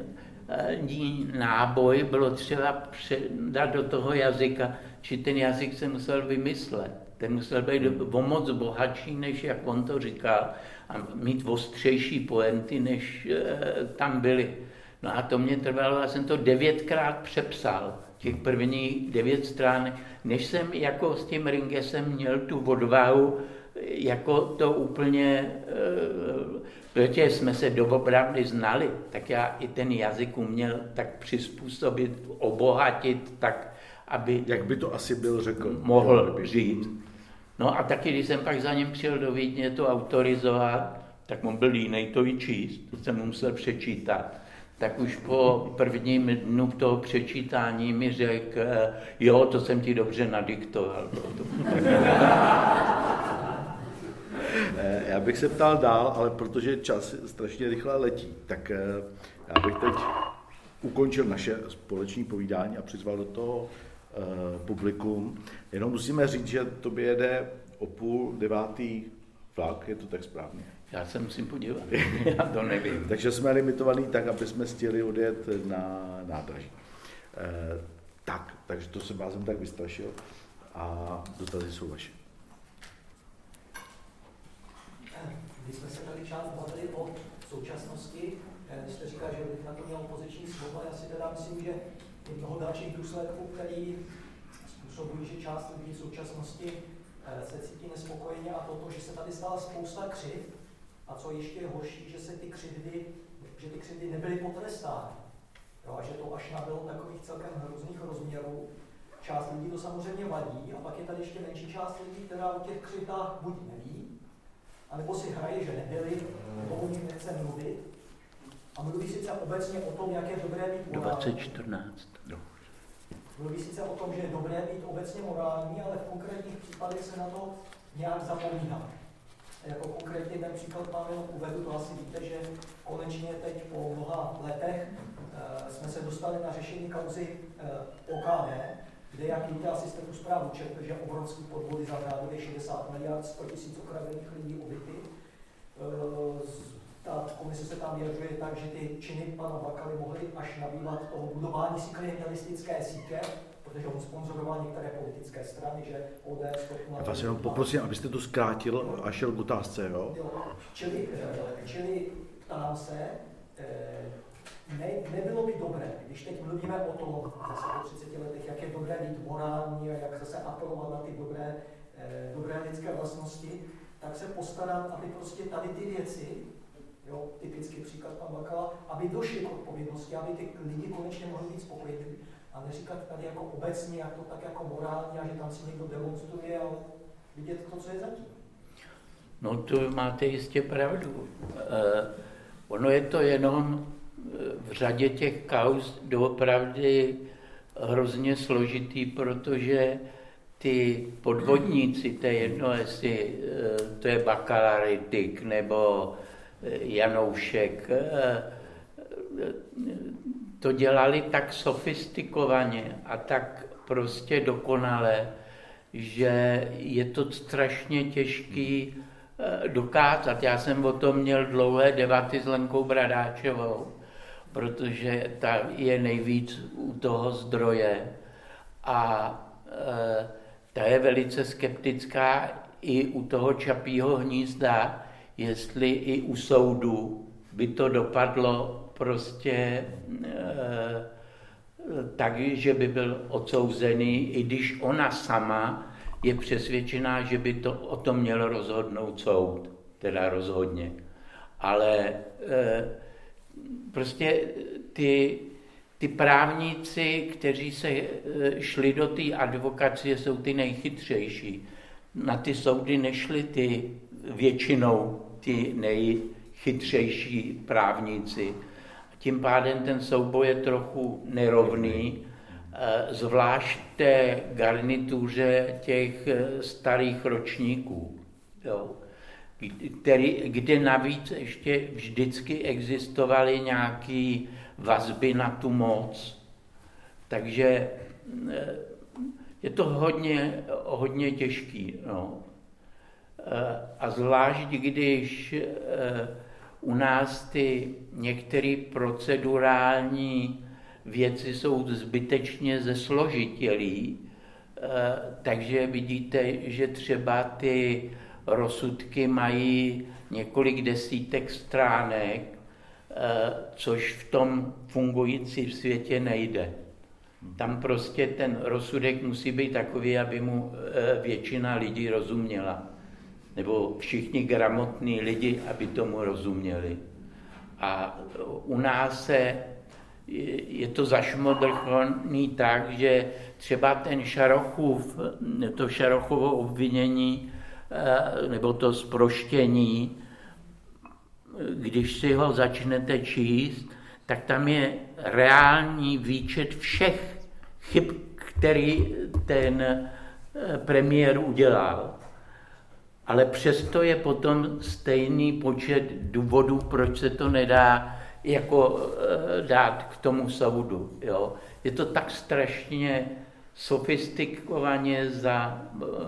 náboj bylo třeba předat do toho jazyka, či ten jazyk se musel vymyslet. Ten musel být o moc bohatší, než jak on to říkal, a mít ostřejší poenty, než e, tam byly. No a to mě trvalo, já jsem to devětkrát přepsal, těch prvních devět stran, než jsem jako s tím Ringesem měl tu odvahu, jako to úplně, e, protože jsme se doopravdy znali, tak já i ten jazyk uměl tak přizpůsobit, obohatit, tak, aby... Jak by to asi byl řekl? Mohl říct. No a taky, když jsem pak za ním přijel do Vídně to autorizovat, tak on byl línej to i číst, to jsem mu musel přečítat. Tak už po prvním dnu toho přečítání mi řekl, jo, to jsem ti dobře nadiktoval. Já bych se ptal dál, ale protože čas strašně rychle letí, tak já bych teď ukončil naše společné povídání a přizval do toho publikum. Jenom musíme říct, že tobě jede o půl devátý vlak, je to tak správně? Já se musím podívat, já to nevím. Takže jsme limitovaní tak, aby jsme stihli odjet na nádraží. E, tak, takže to jsem vás tak vystrašil a dotazy jsou vaše. Když jsme se tady část bavili o současnosti, když jste říkal, že bych na to měl opoziční slovo, já si teda myslím, že je mnoho dalších důsledků, který způsobují, že část lidí v současnosti se cítí nespokojeně, a to, že se tady stala spousta křivd, a co ještě je horší, že se ty křivdy, že ty křivdy nebyly potrestány. Jo, a že to až nabylo takových celkem hrozných rozměrů. Část lidí to samozřejmě vadí, a pak je tady ještě menší část lidí, která o těch křivdách buď neví, anebo si hraje, že nebyli, nebo o nich nechce mluvit. A mluví sice obecně o tom, jak je dobré být morální. dvacet čtrnáct. No. Mluví sice o tom, že je dobré být obecně morální, ale v konkrétních případech se na to nějak zapomíná. Jako konkrétně ten příklad mám jenom uvedu, to asi víte, že konečně teď po mnoha letech e, jsme se dostali na řešení kauzy e, O K D, kde, jak víte, asi jste tu zprávu četli, že obrovský podvody za řádově šedesát miliard, sto tisíc okradených lidí ubyty. E, ta komise se tam vyjadřuje tak, že ty činy pana Bakaly mohly až nabývat toho budování si klientelistické sítě, protože on sponzoroval některé politické strany, že O D S... Já vás jenom poprosím, abyste to zkrátil a šel k otázce, jo? jo čili, čili ptám se, ne, nebylo by dobré, když teď mluvíme o tom zase po třiceti letech, jak je dobré být morální a jak zase apelovat na ty dobré, dobré lidské vlastnosti, tak se postarat, aby prostě tady ty věci, jo, typický příklad pan Bakala, aby došli k odpovědnosti, aby ty lidi konečně mohli být spokojení. A neříkat tady jako obecně, jak to tak jako morální, a že tam si někdo demonstruje, ale vidět to, co je zatím. No to máte jistě pravdu. Eh, ono je to jenom v řadě těch kauz doopravdy hrozně složitý, protože ty podvodníci, to je jedno, jestli to je Bakala, Rittig nebo Janoušek, to dělali tak sofistikovaně a tak prostě dokonale, že je to strašně těžký dokázat. Já jsem o tom měl dlouhé debaty s Lenkou Bradáčovou, protože ta je nejvíc u toho zdroje a e, ta je velice skeptická i u toho Čapího hnízda, jestli i u soudu by to dopadlo prostě e, tak, že by byl odsouzený, i když ona sama je přesvědčená, že by to o tom měl rozhodnout soud, teda rozhodně. Ale e, prostě ty, ty právníci, kteří se e, šli do té advokacie, jsou ty nejchytřejší. Na ty soudy nešli ty většinou ty nejchytřejší právníci. Tím pádem ten souboj je trochu nerovný, zvlášť té garnituře těch starých ročníků, jo, který, kde navíc ještě vždycky existovaly nějaké vazby na tu moc. Takže je to hodně, hodně těžký. No. A zvlášť, když u nás ty některé procedurální věci jsou zbytečně zesložitělý, takže vidíte, že třeba ty rozsudky mají několik desítek stránek, což v tom fungujícím světě nejde. Tam prostě ten rozsudek musí být takový, aby mu většina lidí rozuměla. Nebo všichni gramotní lidi, aby tomu rozuměli. A u nás se, je to zašmodrchaný tak, že třeba ten Šarochův, to Šarochovo obvinění nebo to zproštění, když si ho začnete číst, tak tam je reální výčet všech chyb, který ten premiér udělal. Ale přesto je potom stejný počet důvodů, proč se to nedá jako dát k tomu soudu. Jo? Je to tak strašně sofistikovaně za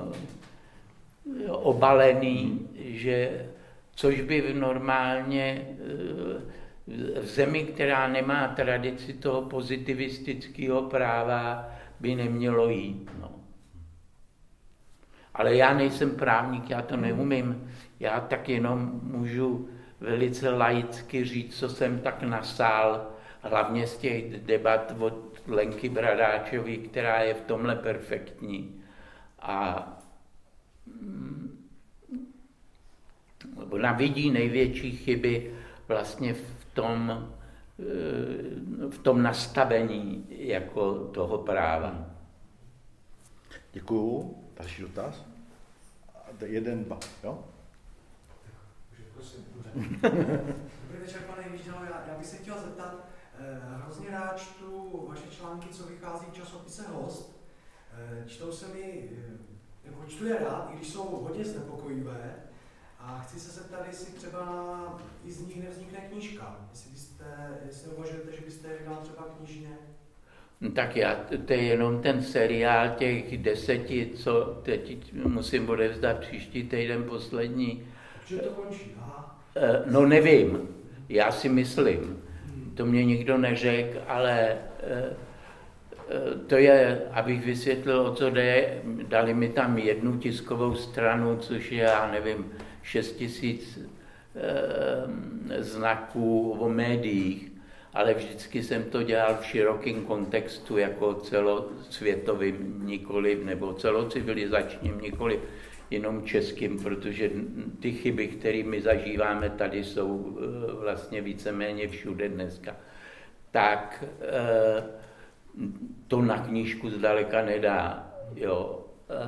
obalený, že což by normálně v zemi, která nemá tradici toho pozitivistického práva, by nemělo jít. No. Ale já nejsem právník, já to neumím. Já tak jenom můžu velice laicky říct, co jsem tak nasál, hlavně z těch debat od Lenky Bradáčové, která je v tomhle perfektní. A ona vidí největší chyby vlastně v tom, v tom nastavení jako toho práva. Děkuju. Další dotaz? Jeden, dva, jo? Dobrý večer, pane Výždělo. Já, já bych se chtěl zeptat, eh, hrozně rád čtu vaše články, co vychází v časopise Host. Eh, čtou se mi, eh, nebo čtu je rád, i když jsou hodně znepokojivé. A chci se zeptat, jestli třeba i z nich nevznikne knížka. Jestli, byste, jestli uvažujete, že byste je vydal třeba knižně. No tak já, to je jenom ten seriál těch deseti, co teď musím odevzdat příští týden poslední. Že to končí, aha. No nevím, já si myslím. To mě nikdo neřekl, ale to je, abych vysvětlil, o co jde, dali mi tam jednu tiskovou stranu, což je, já nevím, šest tisíc znaků o médiích, ale vždycky jsem to dělal v širokém kontextu, jako celosvětovým nikoliv, nebo celocivilizačním nikoliv, jenom českým, protože ty chyby, které my zažíváme tady, jsou vlastně víceméně všude dneska. Tak to na knížku zdaleka nedá. Jo.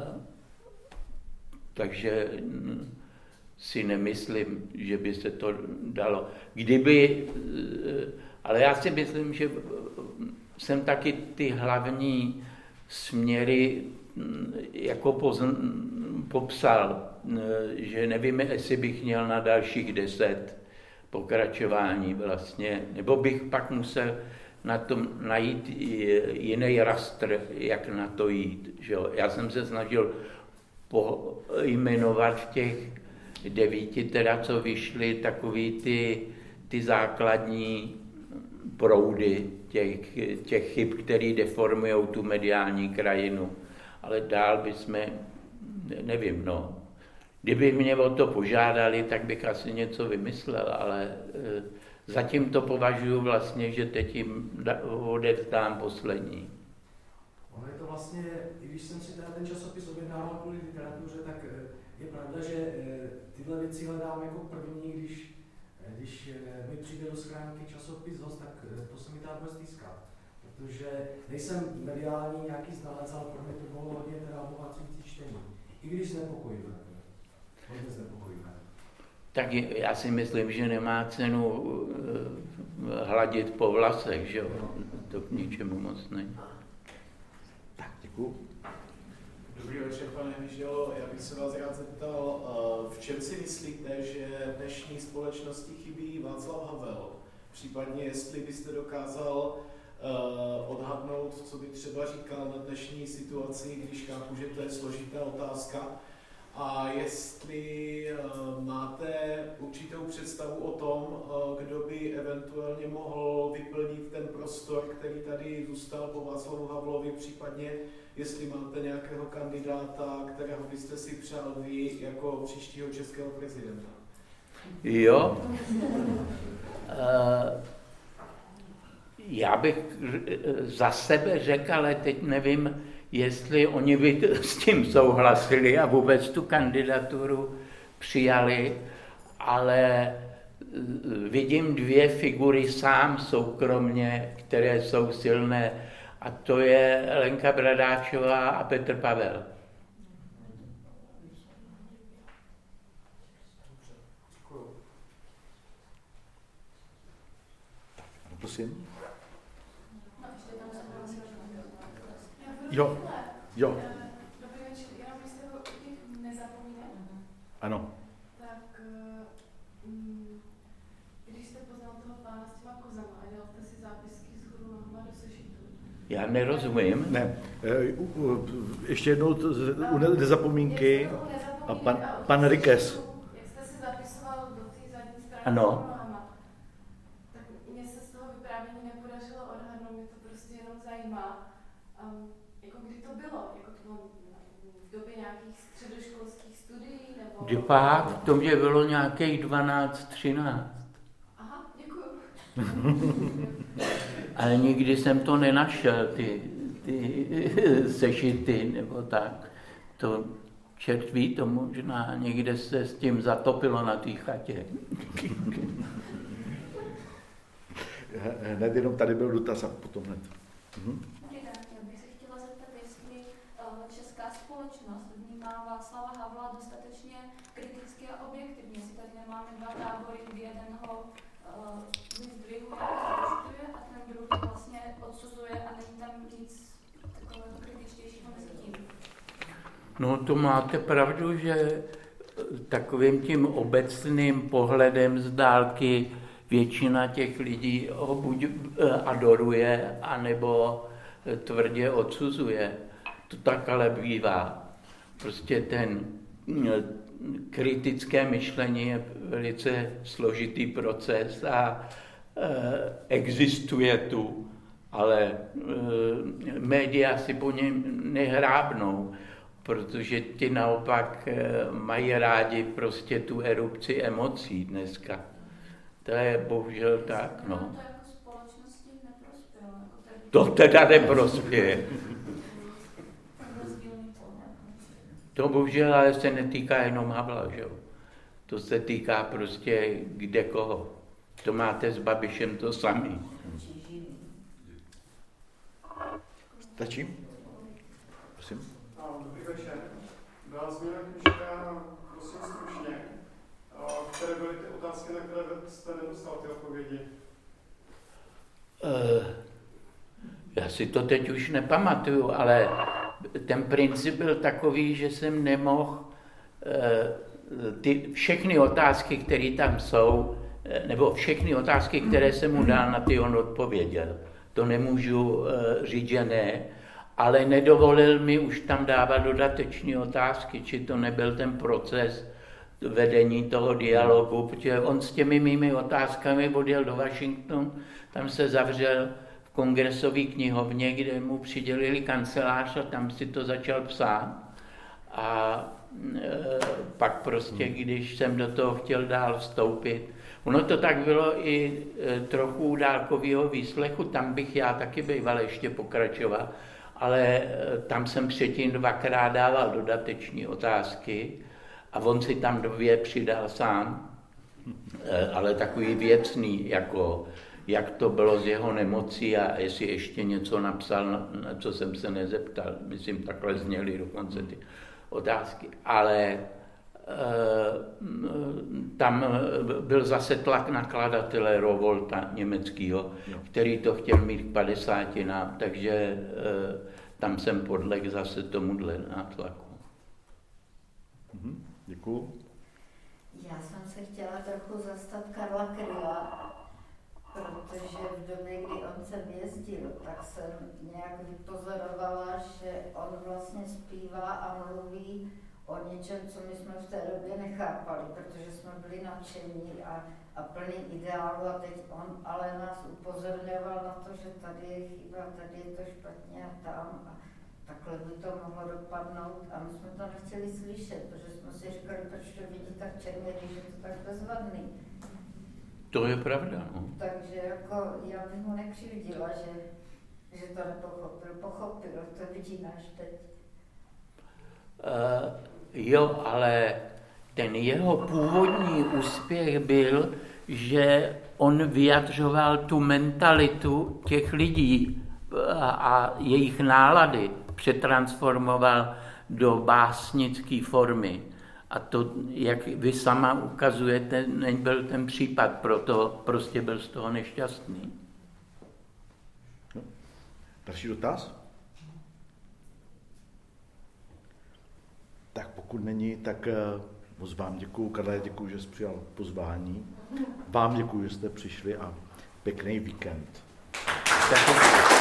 Takže si nemyslím, že by se to dalo. Kdyby, ale já si myslím, že jsem taky ty hlavní směry jako pozn, popsal, že nevím, jestli bych měl na dalších deset pokračování vlastně, nebo bych pak musel na tom najít jiný rastr, jak na to jít. Že jo? Já jsem se snažil pojmenovat v těch devíti, teda co vyšly, takový ty, ty základní proudy těch, těch chyb, které deformují tu mediální krajinu. Ale dál bychom, nevím, no. Kdyby mě o to požádali, tak bych asi něco vymyslel, ale e, zatím to považuji vlastně, že teď jim odevzdám poslední. Ono je to vlastně, i když jsem si teda ten časopis objednával kvůli literatuře, tak je pravda, že tyhle věci hledám jako první, když, když mi přijde do schránky časopis Host, tak to se mi dá vůbec získat. Protože nejsem mediální nějaký znalec, ale pro mě to bylo hodně teda obohacující čtení. I když znepokojivé. Hodně znepokojivé. Tak já si myslím, že nemá cenu hladit po vlasech, že jo? To k ničemu moc není. Tak, děkuju. Dobrý večer, pane Výždělo. Já bych se vás rád zeptal, v čem si myslíte, že dnešní společnosti chybí Václav Havel? Případně, jestli byste dokázal odhadnout, co by třeba říkal na dnešní situaci, když chápu, že to je složitá otázka. A jestli máte určitou představu o tom, kdo by eventuálně mohl vyplnit ten ten prostor, který tady zůstal po Václavu Havlovi, případně jestli máte nějakého kandidáta, kterého byste si přál vy jako příštího českého prezidenta. Jo. Uh, já bych za sebe řekl, ale teď nevím, jestli oni by s tím souhlasili a vůbec tu kandidaturu přijali, ale vidím dvě figury sám soukromně, které jsou silné, a to je Lenka Bradáčová a Petr Pavel. Prosím. Jo, jo. Dobrý večer, jenom když jste o těch nezapomínal. Ano. Tak když jste poznal toho pána s těma kozama a dělal jste si zápisky z chodu nohama do sešitu. Já nerozumím. Ne, ještě jednou u nezapomínky a pan, pan Rikes. Jak jste si zapisoval do té zadní strany ano. nohama, tak mně se z toho vyprávění nepodařilo odhadnout, mě to prostě jenom zajímá. Um, jako kdy to bylo? Jako to bylo v době nějakých středoškolských studií? Nebo... Kdy pak, to mě bylo nějakých dvanáct třináct. Aha, děkuju. Ale nikdy jsem to nenašel, ty, ty sešity nebo tak. To čert ví, to možná někde se s tím zatopilo na té chatě. Hned jenom tady byl dotaz a potom hned. Mhm. Já bych se chtěla zeptat, jestli česká společnost vnímá Václava Havla dostatečně kriticky a objektivně. Jestli tady nemáme dva tábory, kdy jeden ho vyzdvihuje a zrušťuje a ten druhý vlastně odsuzuje a není tam nic takového kritičtějšího mezi tím. No to máte pravdu, že takovým tím obecným pohledem z dálky většina těch lidí ho buď adoruje, anebo tvrdě odsuzuje. To tak ale bývá. Prostě ten kritické myšlení je velice složitý proces a existuje tu, ale média si po něm nehrábnou, protože ti naopak mají rádi prostě tu erupci emocí dneska. To je bohužel tak, no. To jako společnosti neprospělo. To teda neprospěje. To bohužel ale se netýká jenom Havla, že jo. To se týká prostě kde koho. To máte s Babišem to samý. Stačí? Prosím. Dobrý večer. Byla změna knížka, prosím stručně. Které byly ty otázky, na které jste nedostal ty odpovědi? Uh, já si to teď už nepamatuju, ale ten princip byl takový, že jsem nemohl uh, ty všechny otázky, které tam jsou, nebo všechny otázky, které jsem mu dal, na ty on odpověděl. To nemůžu uh, říct, že ne, ale nedovolil mi už tam dávat dodateční otázky, či to nebyl ten proces vedení toho dialogu, protože on s těmi mými otázkami odjel do Washingtonu, tam se zavřel v kongresové knihovně, kde mu přidělili kancelář a tam si to začal psát. A e, pak prostě, když jsem do toho chtěl dál vstoupit, ono to tak bylo i e, trochu u dálkového výslechu, tam bych já taky býval ještě pokračoval, ale e, tam jsem předtím dvakrát dával dodateční otázky, a on si tam dvě přidal sám, ale takový věcný, jako jak to bylo z jeho nemocí a jestli ještě něco napsal, na co jsem se nezeptal. Myslím, takhle zněly dokonce ty otázky. Ale e, tam byl zase tlak nakladatele Rovolta německého, který to chtěl mít k padesátinám, takže e, tam jsem podlek zase tomuhle nátlaku. Mm-hmm. Děkuju. Já jsem se chtěla trochu zastat Karla Kryla, protože v době, kdy on sem jezdil, tak jsem nějak vypozorovala, že on vlastně zpívá a mluví o něčem, co my jsme v té době nechápali, protože jsme byli nadšení a, a plný ideálu a teď on ale nás upozorňoval na to, že tady je chyba, tady je to špatně a tam a takhle by to mohlo dopadnout a my jsme to nechtěli slyšet, protože jsme si říkali, proč to vidí tak černě, když je to tak bezvadný. To je pravda, no. Takže jako já bych mu nekřivdila, že, že to nepochopil. Pochopil, to vidí náš teď. Uh, jo, ale ten jeho původní úspěch byl, že on vyjadřoval tu mentalitu těch lidí a, a jejich nálady přetransformoval do básnické formy. A to, jak vy sama ukazujete, nebyl ten případ, proto prostě byl z toho nešťastný. No. Další dotaz? Tak pokud není, tak moc vám děkuju. Karle, děkuju, že jsi přijal pozvání. Vám děkuju, že jste přišli a pěkný víkend. Tak